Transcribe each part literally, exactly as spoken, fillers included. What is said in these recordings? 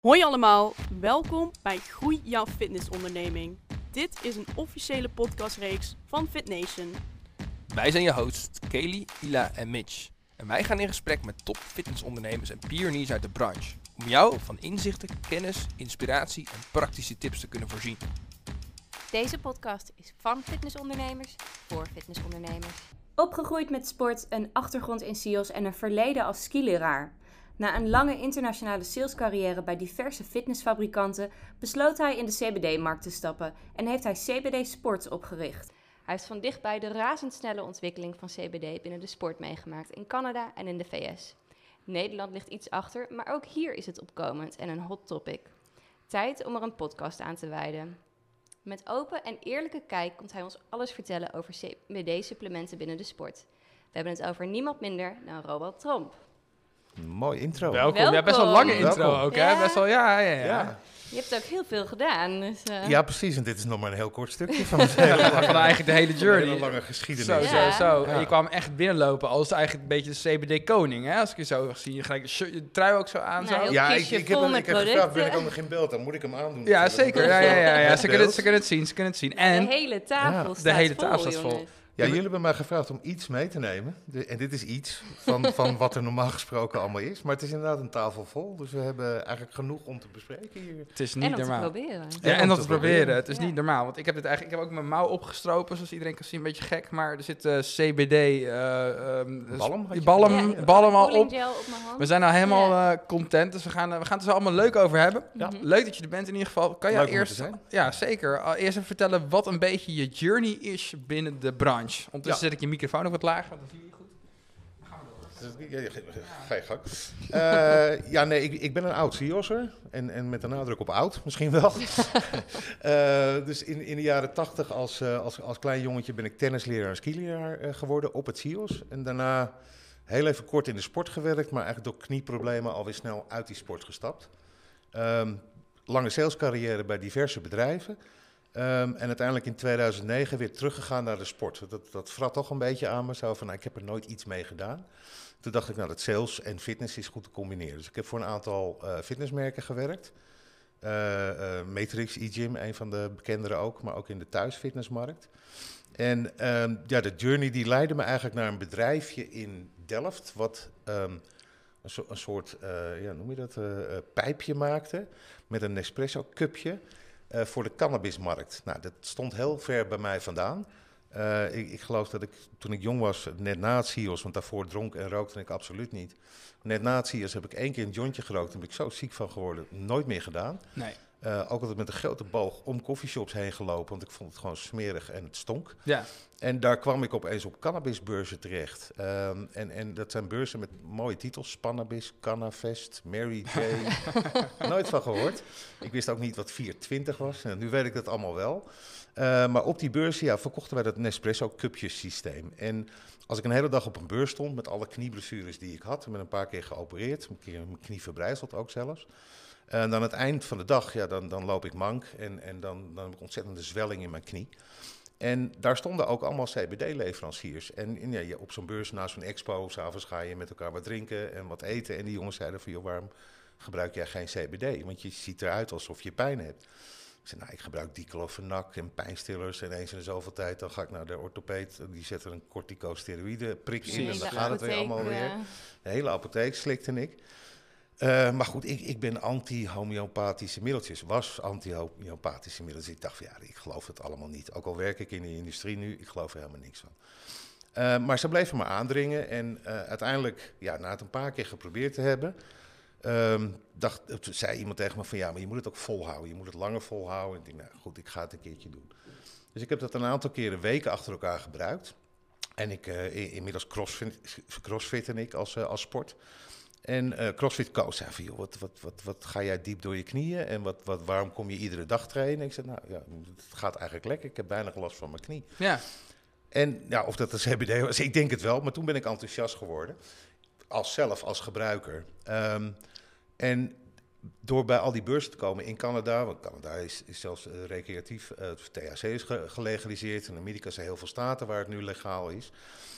Hoi allemaal, welkom bij Groei jouw fitnessonderneming. Dit is een officiële podcastreeks van FitNation. Wij zijn je hosts Kelly, Ila en Mitch. En wij gaan in gesprek met top fitnessondernemers en pioniers uit de branche. Om jou van inzichten, kennis, inspiratie en praktische tips te kunnen voorzien. Deze podcast is van fitnessondernemers voor fitnessondernemers. Opgegroeid met sport, een achtergrond in S E O's en een verleden als skileraar. Na een lange internationale salescarrière bij diverse fitnessfabrikanten besloot hij in de C B D-markt te stappen en heeft hij C B D Sports opgericht. Hij heeft van dichtbij de razendsnelle ontwikkeling van C B D binnen de sport meegemaakt in Canada en in de V S. Nederland ligt iets achter, maar ook hier is het opkomend en een hot topic. Tijd om er een podcast aan te wijden. Met open en eerlijke kijk komt hij ons alles vertellen over C B D-supplementen binnen de sport. We hebben het over niemand minder dan Robert Tromp. Mooi intro. Welkom. Welkom. Ja, best wel een lange intro Welkom. ook, Ja. hè? Best wel, ja, ja, ja. Ja. Je hebt ook heel veel gedaan. Dus, uh... ja, precies. En dit is nog maar een heel kort stukje van de hele Van lange, eigenlijk de hele een journey. hele lange geschiedenis. Zo, Ja. zo, zo. Ja. En je kwam echt binnenlopen als eigenlijk een beetje de C B D-koning, hè? Als ik je zo zie, je gelijk de shirt- je trui ook zo aan. Nou, zo. heel Ja, ik, kistje ik heb, vol hem- met ik heb gevraagd, producten. ben ik ook nog in beeld? Dan moet ik hem aandoen. Ja, natuurlijk. zeker. Ja, ja, ja, ja. Met Ze, kunnen, beeld. ze kunnen het zien, ze kunnen het zien. de En hele tafel Ja, staat de hele vol, tafel staat vol. jongens. Ja, jullie hebben mij gevraagd om iets mee te nemen. De- en dit is iets van, van wat er normaal gesproken allemaal is. Maar het is inderdaad een tafel vol. Dus we hebben eigenlijk genoeg om te bespreken hier. het is En niet om te normaal. proberen. Ja, En en om dat te te proberen. proberen. Het is Ja. niet normaal. Want ik heb dit eigenlijk, ik heb ook mijn mouw opgestropen, zoals iedereen kan zien. Een beetje gek, maar er zit eh, C B D... eh, ehm, dus Balm had die je? balm, Ja, balm al cooling op. gel op mijn hand. We zijn nou helemaal Ja. eh, content, dus we gaan, eh, we gaan het er zo allemaal leuk over hebben. Ja. Mhm. Leuk dat je er bent in ieder geval. Kan jij Leuk om er eerst... te zijn. Ja, zeker. Al eerst even vertellen wat een beetje je journey is binnen de branche. Ondertussen Ja. zet ik je microfoon ook wat lager, want dan zie je je goed. Ja, ja, Ga je gang. Eh, ja, nee, ik, ik ben een oud C E O'er. En, en met een nadruk op oud, misschien wel. Eh, dus in, in de jaren tachtig als, eh, als, als klein jongetje ben ik tennisleraar en skileraar eh, geworden op het C E O's. En daarna heel even kort in de sport gewerkt, maar eigenlijk door knieproblemen alweer snel uit die sport gestapt. Ehm, lange salescarrière bij diverse bedrijven. Um, en uiteindelijk in tweeduizend negen weer teruggegaan naar de sport. Dat, dat vrat toch een beetje aan me. Zo van, nou, ik heb er nooit iets mee gedaan. Toen dacht ik, nou, dat sales en fitness is goed te combineren. Dus ik heb voor een aantal uh, fitnessmerken gewerkt. Uh, uh, Matrix, eGym, een van de bekendere ook, maar ook in de thuisfitnessmarkt. En um, ja, de journey die leidde me eigenlijk naar een bedrijfje in Delft, wat um, een, so- een soort, uh, ja, noem je dat, uh, uh, pijpje maakte met een Nespresso cupje. Uh, voor de cannabismarkt. Nou, dat stond heel ver bij mij vandaan. Uh, ik, ik geloof dat ik, toen ik jong was, net na het C I O S, want daarvoor dronk en rookte ik absoluut niet. Net na het C I O S heb ik één keer een jointje gerookt en ben ik zo ziek van geworden. Nooit meer gedaan. Nee. Uh, ook altijd met een grote boog om coffeeshops heen gelopen, want ik vond het gewoon smerig en het stonk. Ja. En daar kwam ik opeens op cannabisbeurzen terecht. Um, en, en dat zijn beurzen met mooie titels. Spannabis, Cannafest, Mary J. Nooit van gehoord. Ik wist ook niet wat vierentwintig was. En nu weet ik dat allemaal wel. Uh, maar op die beurs ja, verkochten wij dat Nespresso cupjes systeem. En als ik een hele dag op een beurs stond met alle knieblessures die ik had. Ik ben een paar keer geopereerd. Een keer mijn knie verbrijzeld ook zelfs. En dan aan het eind van de dag, ja, dan, dan loop ik mank. En, en dan, dan heb ik ontzettende zwelling in mijn knie. En daar stonden ook allemaal C B D-leveranciers. En, en ja, je, op zo'n beurs, na zo'n expo, s'avonds ga je met elkaar wat drinken en wat eten. En die jongens zeiden van, joh, waarom gebruik jij geen C B D? Want je ziet eruit alsof je pijn hebt. Ik zei, nou, ik gebruik diclofenac en pijnstillers. En eens in de zoveel tijd, dan ga ik naar de orthopeed. Die zet er een corticosteroïde prik in en dan gaat het weer allemaal weer. De hele apotheek slikte ik. Uh, maar goed, ik, ik ben anti-homeopathische middeltjes, was anti-homeopathische middeltjes. Ik dacht van ja, ik geloof het allemaal niet. Ook al werk ik in de industrie nu, ik geloof er helemaal niks van. Uh, maar ze bleven me aandringen en uh, uiteindelijk, ja, na het een paar keer geprobeerd te hebben, um, dacht, zei iemand tegen me van ja, maar je moet het ook volhouden. Je moet het langer volhouden. Ik dacht, nou goed, ik ga het een keertje doen. Dus ik heb dat een aantal keren weken achter elkaar gebruikt. En ik, uh, inmiddels crossfit, crossfit ik als, uh, als sport. En uh, CrossFit coach zei van, joh, wat, wat, wat, wat ga jij diep door je knieën en wat, wat, waarom kom je iedere dag trainen? Ik zei, nou ja, het gaat eigenlijk lekker, ik heb weinig last van mijn knie. Ja. En ja, of dat een C B D was, ik denk het wel, maar toen ben ik enthousiast geworden, als zelf, als gebruiker. Um, en door bij al die beurzen te komen in Canada, want Canada is, is zelfs uh, recreatief, uh, T H C is ge- gelegaliseerd, in Amerika zijn heel veel staten waar het nu legaal is.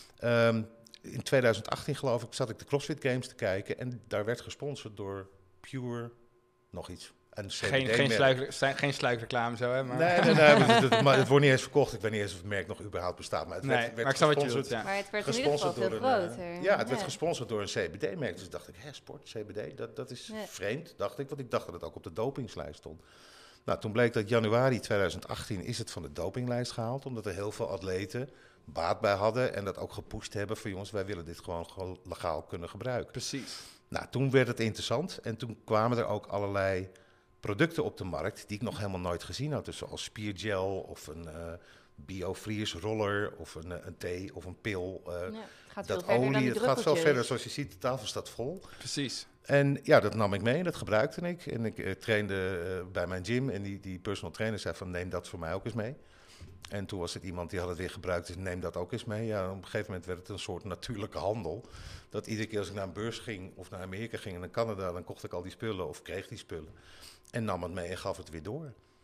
Um, In tweeduizend achttien geloof ik zat ik de CrossFit Games te kijken en daar werd gesponsord door Pure nog iets. Een Geen, geen, sluik, geen sluikreclame zo, hè? Maar... Nee, nee, nee het, het, het, het wordt niet eens verkocht. Ik weet niet eens of het merk nog überhaupt bestaat. Maar het nee, werd, werd maar ik snap wat je bedoelt, ja. Maar het werd in ieder geval veel een, groter. Uh, ja, het ja. werd gesponsord door een C B D-merk. Dus dacht ik, hè, sport, C B D, dat, dat is ja. vreemd, dacht ik. Want ik dacht dat het ook op de dopingslijst stond. Nou, toen bleek dat januari tweeduizend achttien is het van de dopinglijst gehaald. Omdat er heel veel atleten baat bij hadden en dat ook gepusht hebben van jongens, wij willen dit gewoon, gewoon legaal kunnen gebruiken. Precies. Nou, toen werd het interessant en toen kwamen er ook allerlei producten op de markt die ik nog helemaal nooit gezien had. Dus zoals spiergel of een uh, biofreeze roller of een, uh, een thee of een pil. Uh, ja, het gaat dat veel olie, het gaat veel verder. Zoals je ziet, de tafel staat vol. Precies. En ja, dat nam ik mee en dat gebruikte ik. En ik uh, trainde uh, bij mijn gym en die, die personal trainer zei van neem dat voor mij ook eens mee. En toen was het iemand die had het weer gebruikt, dus neem dat ook eens mee. Ja, op een gegeven moment werd het een soort natuurlijke handel. Dat iedere keer als ik naar een beurs ging of naar Amerika ging en naar Canada, dan kocht ik al die spullen of kreeg die spullen. En nam het mee en gaf het weer door.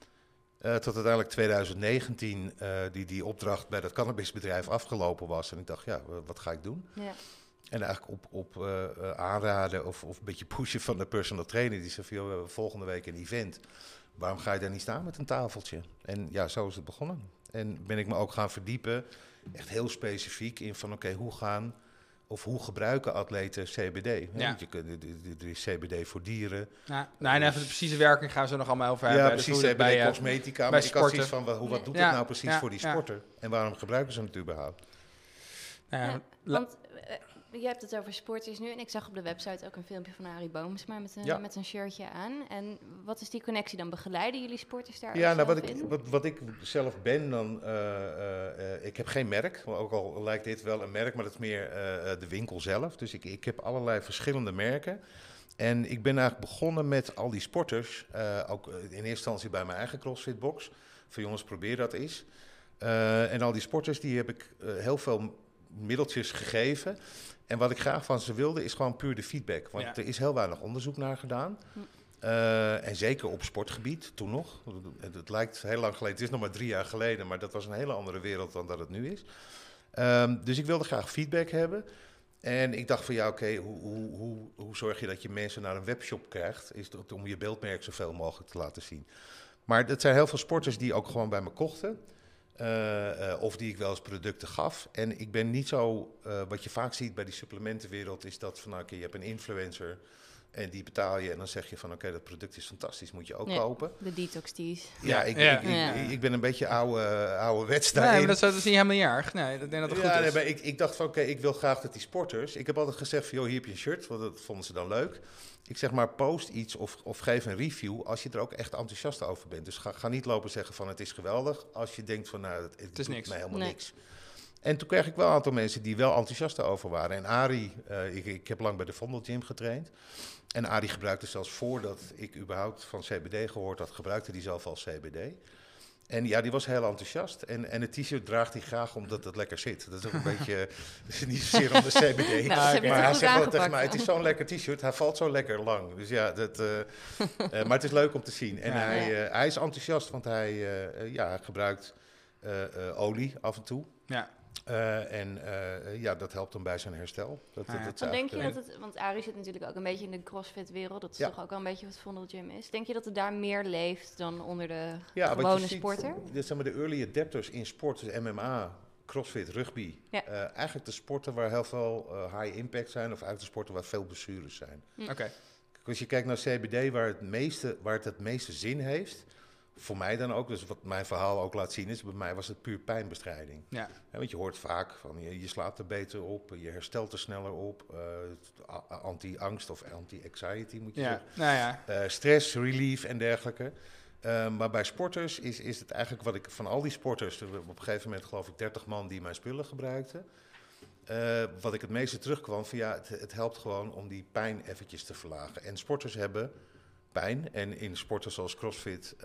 Uh, tot uiteindelijk twintig negentien uh, die, die opdracht bij dat cannabisbedrijf afgelopen was. En ik dacht, ja, wat ga ik doen? Ja. En eigenlijk op, op uh, uh, aanraden of, of een beetje pushen van de personal trainer. Die zei van, joh, we hebben volgende week een event. Waarom ga je daar niet staan met een tafeltje? En ja, zo is het begonnen. En ben ik me ook gaan verdiepen, echt heel specifiek in van oké, okay, hoe gaan of hoe gebruiken atleten C B D? Ja. Want je kunt, er is C B D voor dieren. Ja, nou, en even de precieze werking gaan we zo nog allemaal over hebben. Ja, dus precies, C B D, bij, cosmetica. Maar ik had zoiets van, wat, hoe, wat doet ja, het nou precies ja, voor die sporter? Ja. En waarom gebruiken ze het überhaupt? Ja, ja, want uh, je hebt het over sporters nu en ik zag op de website ook een filmpje van Arie Boomsma met een, ja. met een shirtje aan. En wat is die connectie dan? Begeleiden jullie sporters daar? Ja, nou, wat, ik, wat, wat ik zelf ben dan, uh, uh, uh, ik heb geen merk, ook al lijkt dit wel een merk, maar dat is meer uh, de winkel zelf. Dus ik, ik heb allerlei verschillende merken. En ik ben eigenlijk begonnen met al die sporters, uh, ook in eerste instantie bij mijn eigen CrossFit-box. Van jongens, probeer dat eens. Uh, en al die sporters, die heb ik uh, heel veel middeltjes gegeven. En wat ik graag van ze wilde, is gewoon puur de feedback. Want ja. er is heel weinig onderzoek naar gedaan. Uh, en zeker op sportgebied, toen nog. Het, het lijkt heel lang geleden, het is nog maar drie jaar geleden, maar dat was een hele andere wereld dan dat het nu is. Um, dus ik wilde graag feedback hebben. En ik dacht van ja, oké, okay, hoe, hoe, hoe, hoe zorg je dat je mensen naar een webshop krijgt? Is het om je beeldmerk zoveel mogelijk te laten zien. Maar er zijn heel veel sporters die ook gewoon bij me kochten. Uh, uh, of die ik wel eens producten gaf. En ik ben niet zo, uh, wat je vaak ziet bij die supplementenwereld, is dat van, nou, okay, je hebt een influencer en die betaal je en dan zeg je van, oké, okay, dat product is fantastisch, moet je ook ja, kopen. De detox teas. Ja, ik, ja. Ik, ik, ja. ik, ik ben een beetje oude, oude wets daarin. Nee, maar dat is, dat is niet helemaal niet erg. Nee, ik denk dat het ja, goed nee, is. maar ik, ik dacht van, oké, okay, ik wil graag dat die sporters, ik heb altijd gezegd van, joh, hier heb je een shirt, want dat vonden ze dan leuk. Ik zeg maar, post iets of, of geef een review als je er ook echt enthousiast over bent. Dus ga, ga niet lopen zeggen van het is geweldig als je denkt van nou, het, het, het is doet niks. mij helemaal nee. niks. En toen kreeg ik wel een aantal mensen die wel enthousiast over waren. En Arie, uh, ik, ik heb lang bij de Vondel Gym getraind. En Arie gebruikte zelfs voordat ik überhaupt van C B D gehoord had, gebruikte die zelf al C B D. En ja, die was heel enthousiast. En, en het t-shirt draagt hij graag omdat het lekker zit. Dat is ook een beetje, dat is niet zozeer om de C B D. Nou, maar hij zegt wel tegen mij, het is zo'n lekker t-shirt, hij valt zo lekker lang. Dus ja, dat, uh, uh, maar het is leuk om te zien. En ja, hij, uh, hij is enthousiast, want hij, uh, ja, hij gebruikt uh, uh, olie af en toe. Ja. Uh, en uh, ja, dat helpt hem bij zijn herstel. Dat, Ah, ja. dat, dat Dan denk je uh, dat het, want Arie zit natuurlijk ook een beetje in de CrossFit-wereld. Dat is ja. toch ook wel een beetje wat Vondel Gym is. Denk je dat het daar meer leeft dan onder de ja, gewone ziet, sporter? Dit zijn maar de early adapters in sport, dus M M A, CrossFit, rugby. Ja. Uh, eigenlijk de sporten waar heel veel uh, high impact zijn, of eigenlijk de sporten waar veel blessures zijn. Oké. Okay. Als je kijkt naar C B D, waar het, meeste, waar het het meeste zin heeft, voor mij dan ook, dus wat mijn verhaal ook laat zien is, bij mij was het puur pijnbestrijding. Ja. Ja, want je hoort vaak van je, je slaapt er beter op, je herstelt er sneller op, uh, anti-angst of anti-anxiety moet je ja. zeggen. Nou ja. Uh, stress, relief en dergelijke. Uh, maar bij sporters is, is het eigenlijk wat ik van al die sporters, op een gegeven moment geloof ik dertig man die mijn spullen gebruikten. Uh, wat ik het meeste terugkwam van ja, het, het helpt gewoon om die pijn eventjes te verlagen. En sporters hebben pijn. En in sporten zoals CrossFit,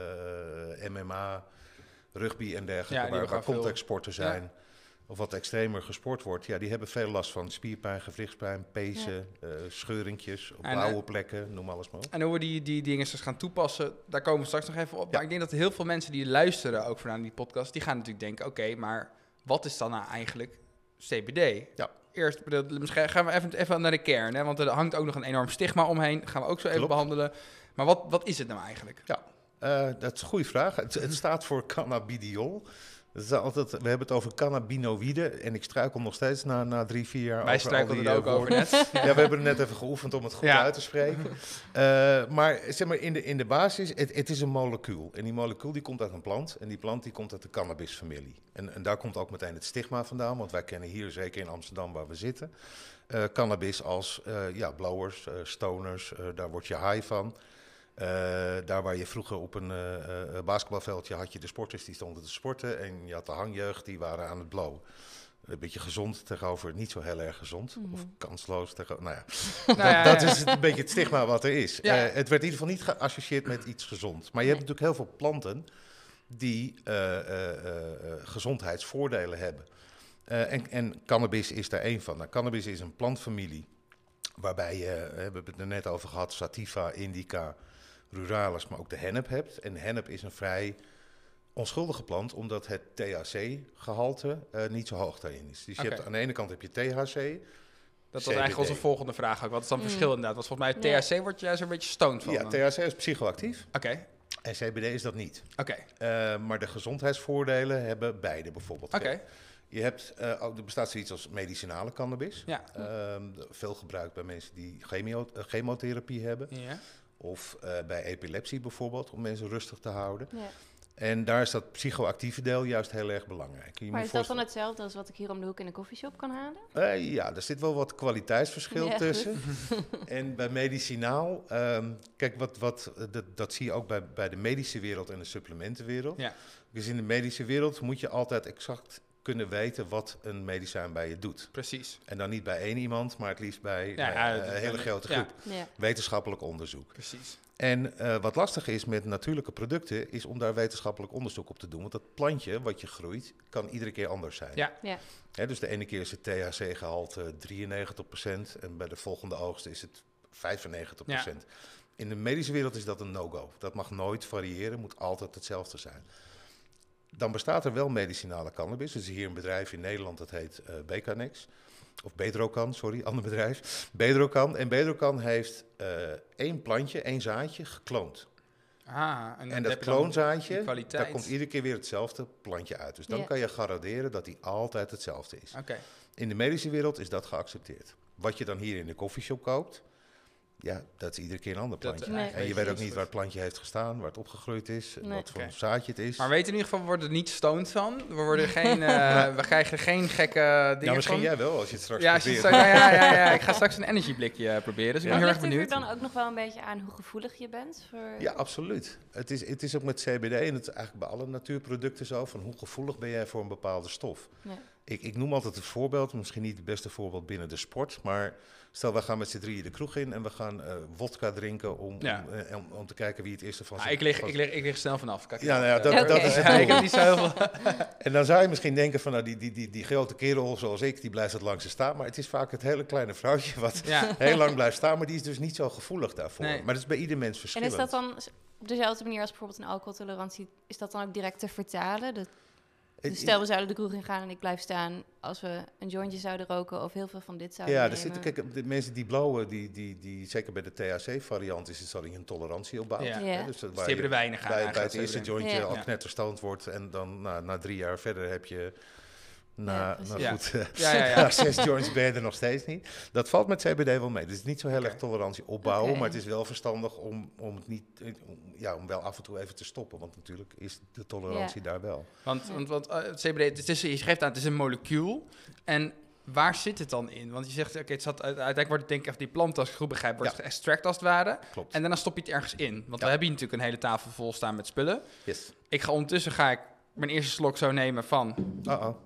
uh, M M A, rugby en dergelijke, ja, waar, waar veel... contactsporten zijn, ja. of wat extremer gesport wordt, ja, die hebben veel last van spierpijn, gewrichtspijn, pezen, ja. uh, scheuringjes, op blauwe uh, plekken, noem alles maar op. En hoe we die, die dingen dus gaan toepassen, daar komen we straks nog even op. Ja. Maar ik denk dat heel veel mensen die luisteren ook naar die podcast, die gaan natuurlijk denken, oké, okay, maar wat is dan nou eigenlijk C B D? Ja. Eerst, misschien gaan we even, even naar de kern, hè, want er hangt ook nog een enorm stigma omheen. Dat gaan we ook zo even Klopt. behandelen. Maar wat, wat is het nou eigenlijk? Ja, uh, dat is een goede vraag. Het, het staat voor cannabidiol. Dat is altijd, we hebben het over cannabinoïden en ik struikel nog steeds na, na drie, vier jaar Wij over al die struikelden er ook uh, over net. Ja, we hebben er net even geoefend om het goed Ja. uit te spreken. Uh, maar zeg maar in de, in de basis, het, het is een molecuul. En die molecuul die komt uit een plant en die plant die komt uit de cannabisfamilie. En, en daar komt ook meteen het stigma vandaan, want wij kennen hier, zeker in Amsterdam waar we zitten, uh, cannabis als uh, ja, blowers, uh, stoners, uh, daar word je high van. Uh, daar waar je vroeger op een uh, uh, basketbalveldje had je de sporters die stonden te sporten en je had de hangjeugd die waren aan het blowen. Een beetje gezond tegenover niet zo heel erg gezond mm-hmm. of kansloos tegenover. Nou ja, nou ja, dat, ja, ja. dat is het, een beetje het stigma wat er is. Ja. Uh, het werd in ieder geval niet geassocieerd met iets gezond. Maar je hebt natuurlijk heel veel planten die uh, uh, uh, uh, gezondheidsvoordelen hebben. Uh, en, en cannabis is daar één van. Nou, cannabis is een plantfamilie waarbij je, uh, we hebben het er net over gehad, sativa, indica, ruralis, maar ook de hennep hebt. En hennep is een vrij onschuldige plant, omdat het T H C-gehalte uh, niet zo hoog daarin is. Dus je okay. hebt, aan de ene kant heb je T H C. Dat was C B D. eigenlijk onze volgende vraag ook. Wat is dan het mm. verschil inderdaad? Want volgens mij T H C wordt juist een beetje stoned van. Ja, T H C is psychoactief. Oké. Okay. En C B D is dat niet. Oké. Okay. Uh, maar de gezondheidsvoordelen hebben beide bijvoorbeeld. Oké. Okay. Je hebt, uh, ook, er bestaat zoiets als medicinale cannabis. Ja. Uh, veel gebruikt bij mensen die chemio, uh, chemotherapie hebben. Ja. Of uh, bij epilepsie bijvoorbeeld, om mensen rustig te houden. Ja. En daar is dat psychoactieve deel juist heel erg belangrijk. Je maar is dat dan hetzelfde als wat ik hier om de hoek in de koffieshop kan halen? Uh, ja, er zit wel wat kwaliteitsverschil ja, tussen. En bij medicinaal, um, kijk, wat, wat, dat, dat zie je ook bij, bij de medische wereld en de supplementenwereld. Ja. Dus in de medische wereld moet je altijd exact kunnen weten wat een medicijn bij je doet. Precies. En dan niet bij één iemand, maar het liefst bij, ja, bij ja, uh, een hele grote groep. Ja. Ja. Wetenschappelijk onderzoek. Precies. En uh, wat lastig is met natuurlijke producten, is om daar wetenschappelijk onderzoek op te doen. Want dat plantje wat je groeit, kan iedere keer anders zijn. Ja. Ja. He, dus de ene keer is het T H C-gehalte drieënnegentig procent en bij de volgende oogst is het vijfennegentig procent. Ja. In de medische wereld is dat een no-go. Dat mag nooit variëren, moet altijd hetzelfde zijn. Dan bestaat er wel medicinale cannabis. Er is hier een bedrijf in Nederland, dat heet uh, Bekanex. Of Bedrocan, sorry, ander bedrijf. Bedrocan. En Bedrocan heeft uh, één plantje, één zaadje, gekloond. Ah, en, en dat kloonzaadje, daar komt iedere keer weer hetzelfde plantje uit. Dus dan yeah. kan je garanderen dat die altijd hetzelfde is. Okay. In de medische wereld is dat geaccepteerd. Wat je dan hier in de koffieshop koopt, ja, dat is iedere keer een ander plantje. Nee. En je weet ook niet waar het plantje heeft gestaan, waar het opgegroeid is, nee. wat voor okay. zaadje het is. Maar we weten in ieder geval, we worden er niet stoned van. We, worden geen, uh, we krijgen geen gekke dingen ja, misschien van. jij wel, als je het straks ja, probeert. Straks, ja, ja, ja, ja, ik ga straks een energieblikje proberen, dus ik ja. ben heel erg benieuwd. Ligt er dan ook nog wel een beetje aan hoe gevoelig je bent? Voor... Ja, absoluut. Het is, het is ook met C B D, en het is eigenlijk bij alle natuurproducten zo, van hoe gevoelig ben jij voor een bepaalde stof. Ja. Ik, ik noem altijd een voorbeeld, misschien niet het beste voorbeeld binnen de sport, maar stel, we gaan met z'n drieën de kroeg in en we gaan uh, wodka drinken om, ja. om, uh, om, om te kijken wie het eerste van ja, zijn... ik, lig, van... ik, lig, ik lig snel vanaf. Kijk, ja, nou ja, dat, okay. dat is het ja, ik heb niet zo heel veel. En dan zou je misschien denken van, nou, die, die, die, die grote kerel zoals ik, die blijft het langste staan. Maar het is vaak het hele kleine vrouwtje wat ja. heel lang blijft staan, maar die is dus niet zo gevoelig daarvoor. Nee. Maar dat is bij ieder mens verschillend. En is dat dan op dezelfde manier als bijvoorbeeld een alcoholtolerantie, is dat dan ook direct te vertalen? Dat... Dus stel, we zouden de kroeg ingaan en ik blijf staan als we een jointje zouden roken of heel veel van dit zouden ja, nemen. Ja, kijk, de mensen die blowen, die, die, die, zeker bij de T H C-variant is het zo dat je een tolerantie opbouwt. Ja. Ja. Dus, dus die hebben er weinig aan. Bij, bij het eerste jointje ja. al knetterstoond wordt en dan na, na drie jaar verder heb je... Na, ja, na, goed, ja. Ja, ja, ja. na zes joints ben je er nog steeds niet. Dat valt met C B D wel mee. Dus het is niet zo heel okay. erg tolerantie opbouwen, okay. maar het is wel verstandig om, om het niet, om, ja, om wel af en toe even te stoppen. Want natuurlijk is de tolerantie ja. daar wel. Want, want, want uh, het C B D, het is, je geeft aan, het is een molecuul. En waar zit het dan in? Want je zegt, oké, okay, het zat uiteindelijk wordt het denk ik even die plant als ik goed begrijp, wordt ja. geëxtract als het ware. Klopt. En daarna stop je het ergens in. Want ja. we hebben hier natuurlijk een hele tafel vol staan met spullen. Yes. Ik ga ondertussen ga ik mijn eerste slok zo nemen van... Uh-oh.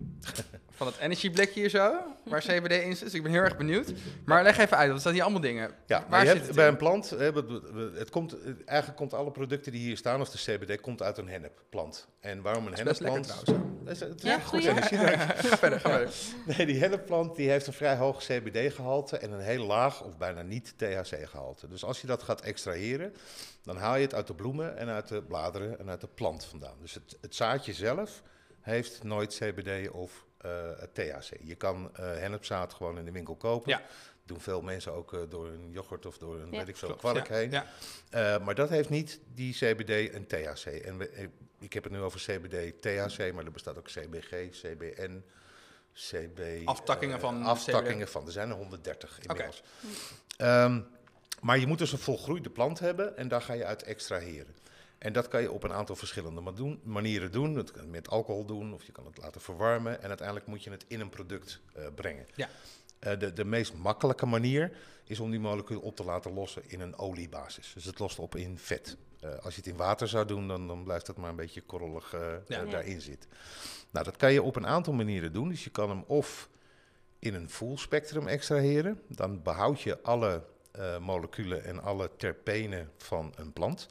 Van het energieblikje hier zo, waar C B D in zit. Dus ik ben heel erg benieuwd. Maar leg even uit, want er staan hier allemaal dingen. Ja, waar je zit hebt het bij in? Een plant, hè, het komt, eigenlijk komt alle producten die hier staan, of de C B D, komt uit een hennepplant. En waarom een hennepplant? Dat is het is ja, goed ja. energie. Ga verder, ga verder. Nee, die hennepplant die heeft een vrij hoog C B D-gehalte en een heel laag of bijna niet T H C-gehalte. Dus als je dat gaat extraheren, dan haal je het uit de bloemen en uit de bladeren en uit de plant vandaan. Dus het, het zaadje zelf heeft nooit C B D of uh, T H C. Je kan uh, hennepzaad gewoon in de winkel kopen. Ja. doen veel mensen ook uh, door een yoghurt of door een Ja. weet ik veel Klopt, kwalk ja, heen. ja. Uh, maar dat heeft niet die C B D en T H C. En we, ik, ik heb het nu over C B D, T H C, maar er bestaat ook C B G, C B N, C B... Aftakkingen uh, van Aftakkingen C B D. van, er zijn er honderddertig inmiddels. Okay. Um, maar je moet dus een volgroeide plant hebben en daar ga je uit extraheren. En dat kan je op een aantal verschillende doen, manieren doen. Dat kan je met alcohol doen of je kan het laten verwarmen. En uiteindelijk moet je het in een product uh, brengen. Ja. Uh, de, de meest makkelijke manier is om die molecuul op te laten lossen in een oliebasis. Dus het lost op in vet. Uh, als je het in water zou doen, dan, dan blijft het maar een beetje korrelig uh, ja. uh, daarin zitten. Nou, dat kan je op een aantal manieren doen. Dus je kan hem of in een full spectrum extraheren. Dan behoud je alle uh, moleculen en alle terpenen van een plant.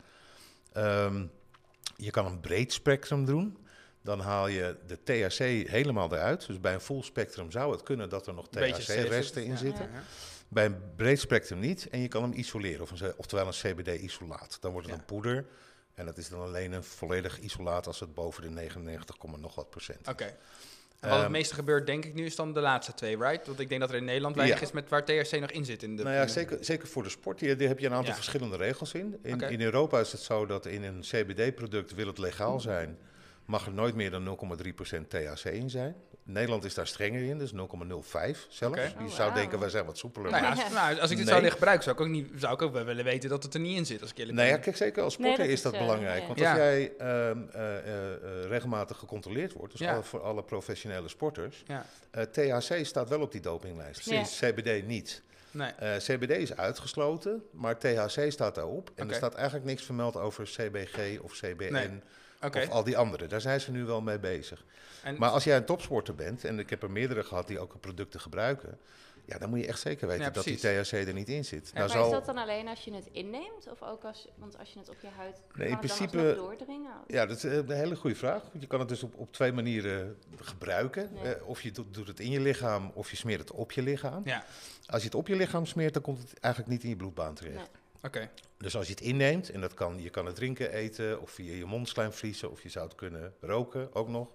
Um, je kan een breed spectrum doen. Dan haal je de T H C helemaal eruit. Dus bij een full spectrum zou het kunnen dat er nog T H C-resten in ja. zitten. Ja, ja. Bij een breed spectrum niet. En je kan hem isoleren, of een, oftewel een C B D-isolaat. Dan wordt het Ja. een poeder. En dat is dan alleen een volledig isolaat als het boven de negenennegentig, nog wat procent. Oké. Okay. En wat Um, het meeste gebeurt, denk ik nu, is dan de laatste twee, right? Want ik denk dat er in Nederland weinig ja. is met waar T H C nog in zit. In de, nou ja, in de... zeker, zeker voor de sport. Hier, daar heb je een aantal Ja. verschillende regels in. In, Okay. in Europa is het zo dat in een C B D-product, wil het legaal zijn, mag er nooit meer dan nul komma drie procent T H C in zijn. Nederland is daar strenger in, dus nul komma nul vijf zelfs. Okay. Je Oh, zou wow. denken, wij zijn wat soepeler. Nou ja, maar- als, nou, als ik dit Nee. zou willen gebruiken, zou ik, ook niet, zou ik ook wel willen weten dat het er niet in zit. Als ik eerlijk Nee, ja, ben. kijk, zeker als Nee, sporter dat is dat is, uh, belangrijk. ja. Want Ja. als jij um, uh, uh, uh, regelmatig gecontroleerd wordt, dus Ja. alle, voor alle professionele sporters, Ja, uh, T H C staat wel op die dopinglijst. Precies. C B D niet. nee. Uh, C B D is uitgesloten, maar T H C staat daarop. En Oké. er staat eigenlijk niks vermeld over C B G of C B N Nee. Oké. of al die andere. Daar zijn ze nu wel mee bezig. En- Maar als jij een topsporter bent, en ik heb er meerdere gehad die ook producten gebruiken, ja, dan moet je echt zeker weten Ja, dat die T precies. H C er niet in zit. Ja, Nou, maar zal- is dat dan alleen als je het inneemt? Of ook als, want als je het op je huid... Nee, kan in het dan principe- alsnog doordringen? Ja, dat is een hele goede vraag. Je kan het dus op, op twee manieren gebruiken. Ja. Eh, of je doet, doet het in je lichaam, of je smeert het op je lichaam. Ja, Als je het op je lichaam smeert, dan komt het eigenlijk niet in je bloedbaan terecht. Nee. oké. Dus als je het inneemt, en dat kan, je kan het drinken, eten, of via je mondslijm vriezen, of je zou het kunnen roken ook nog.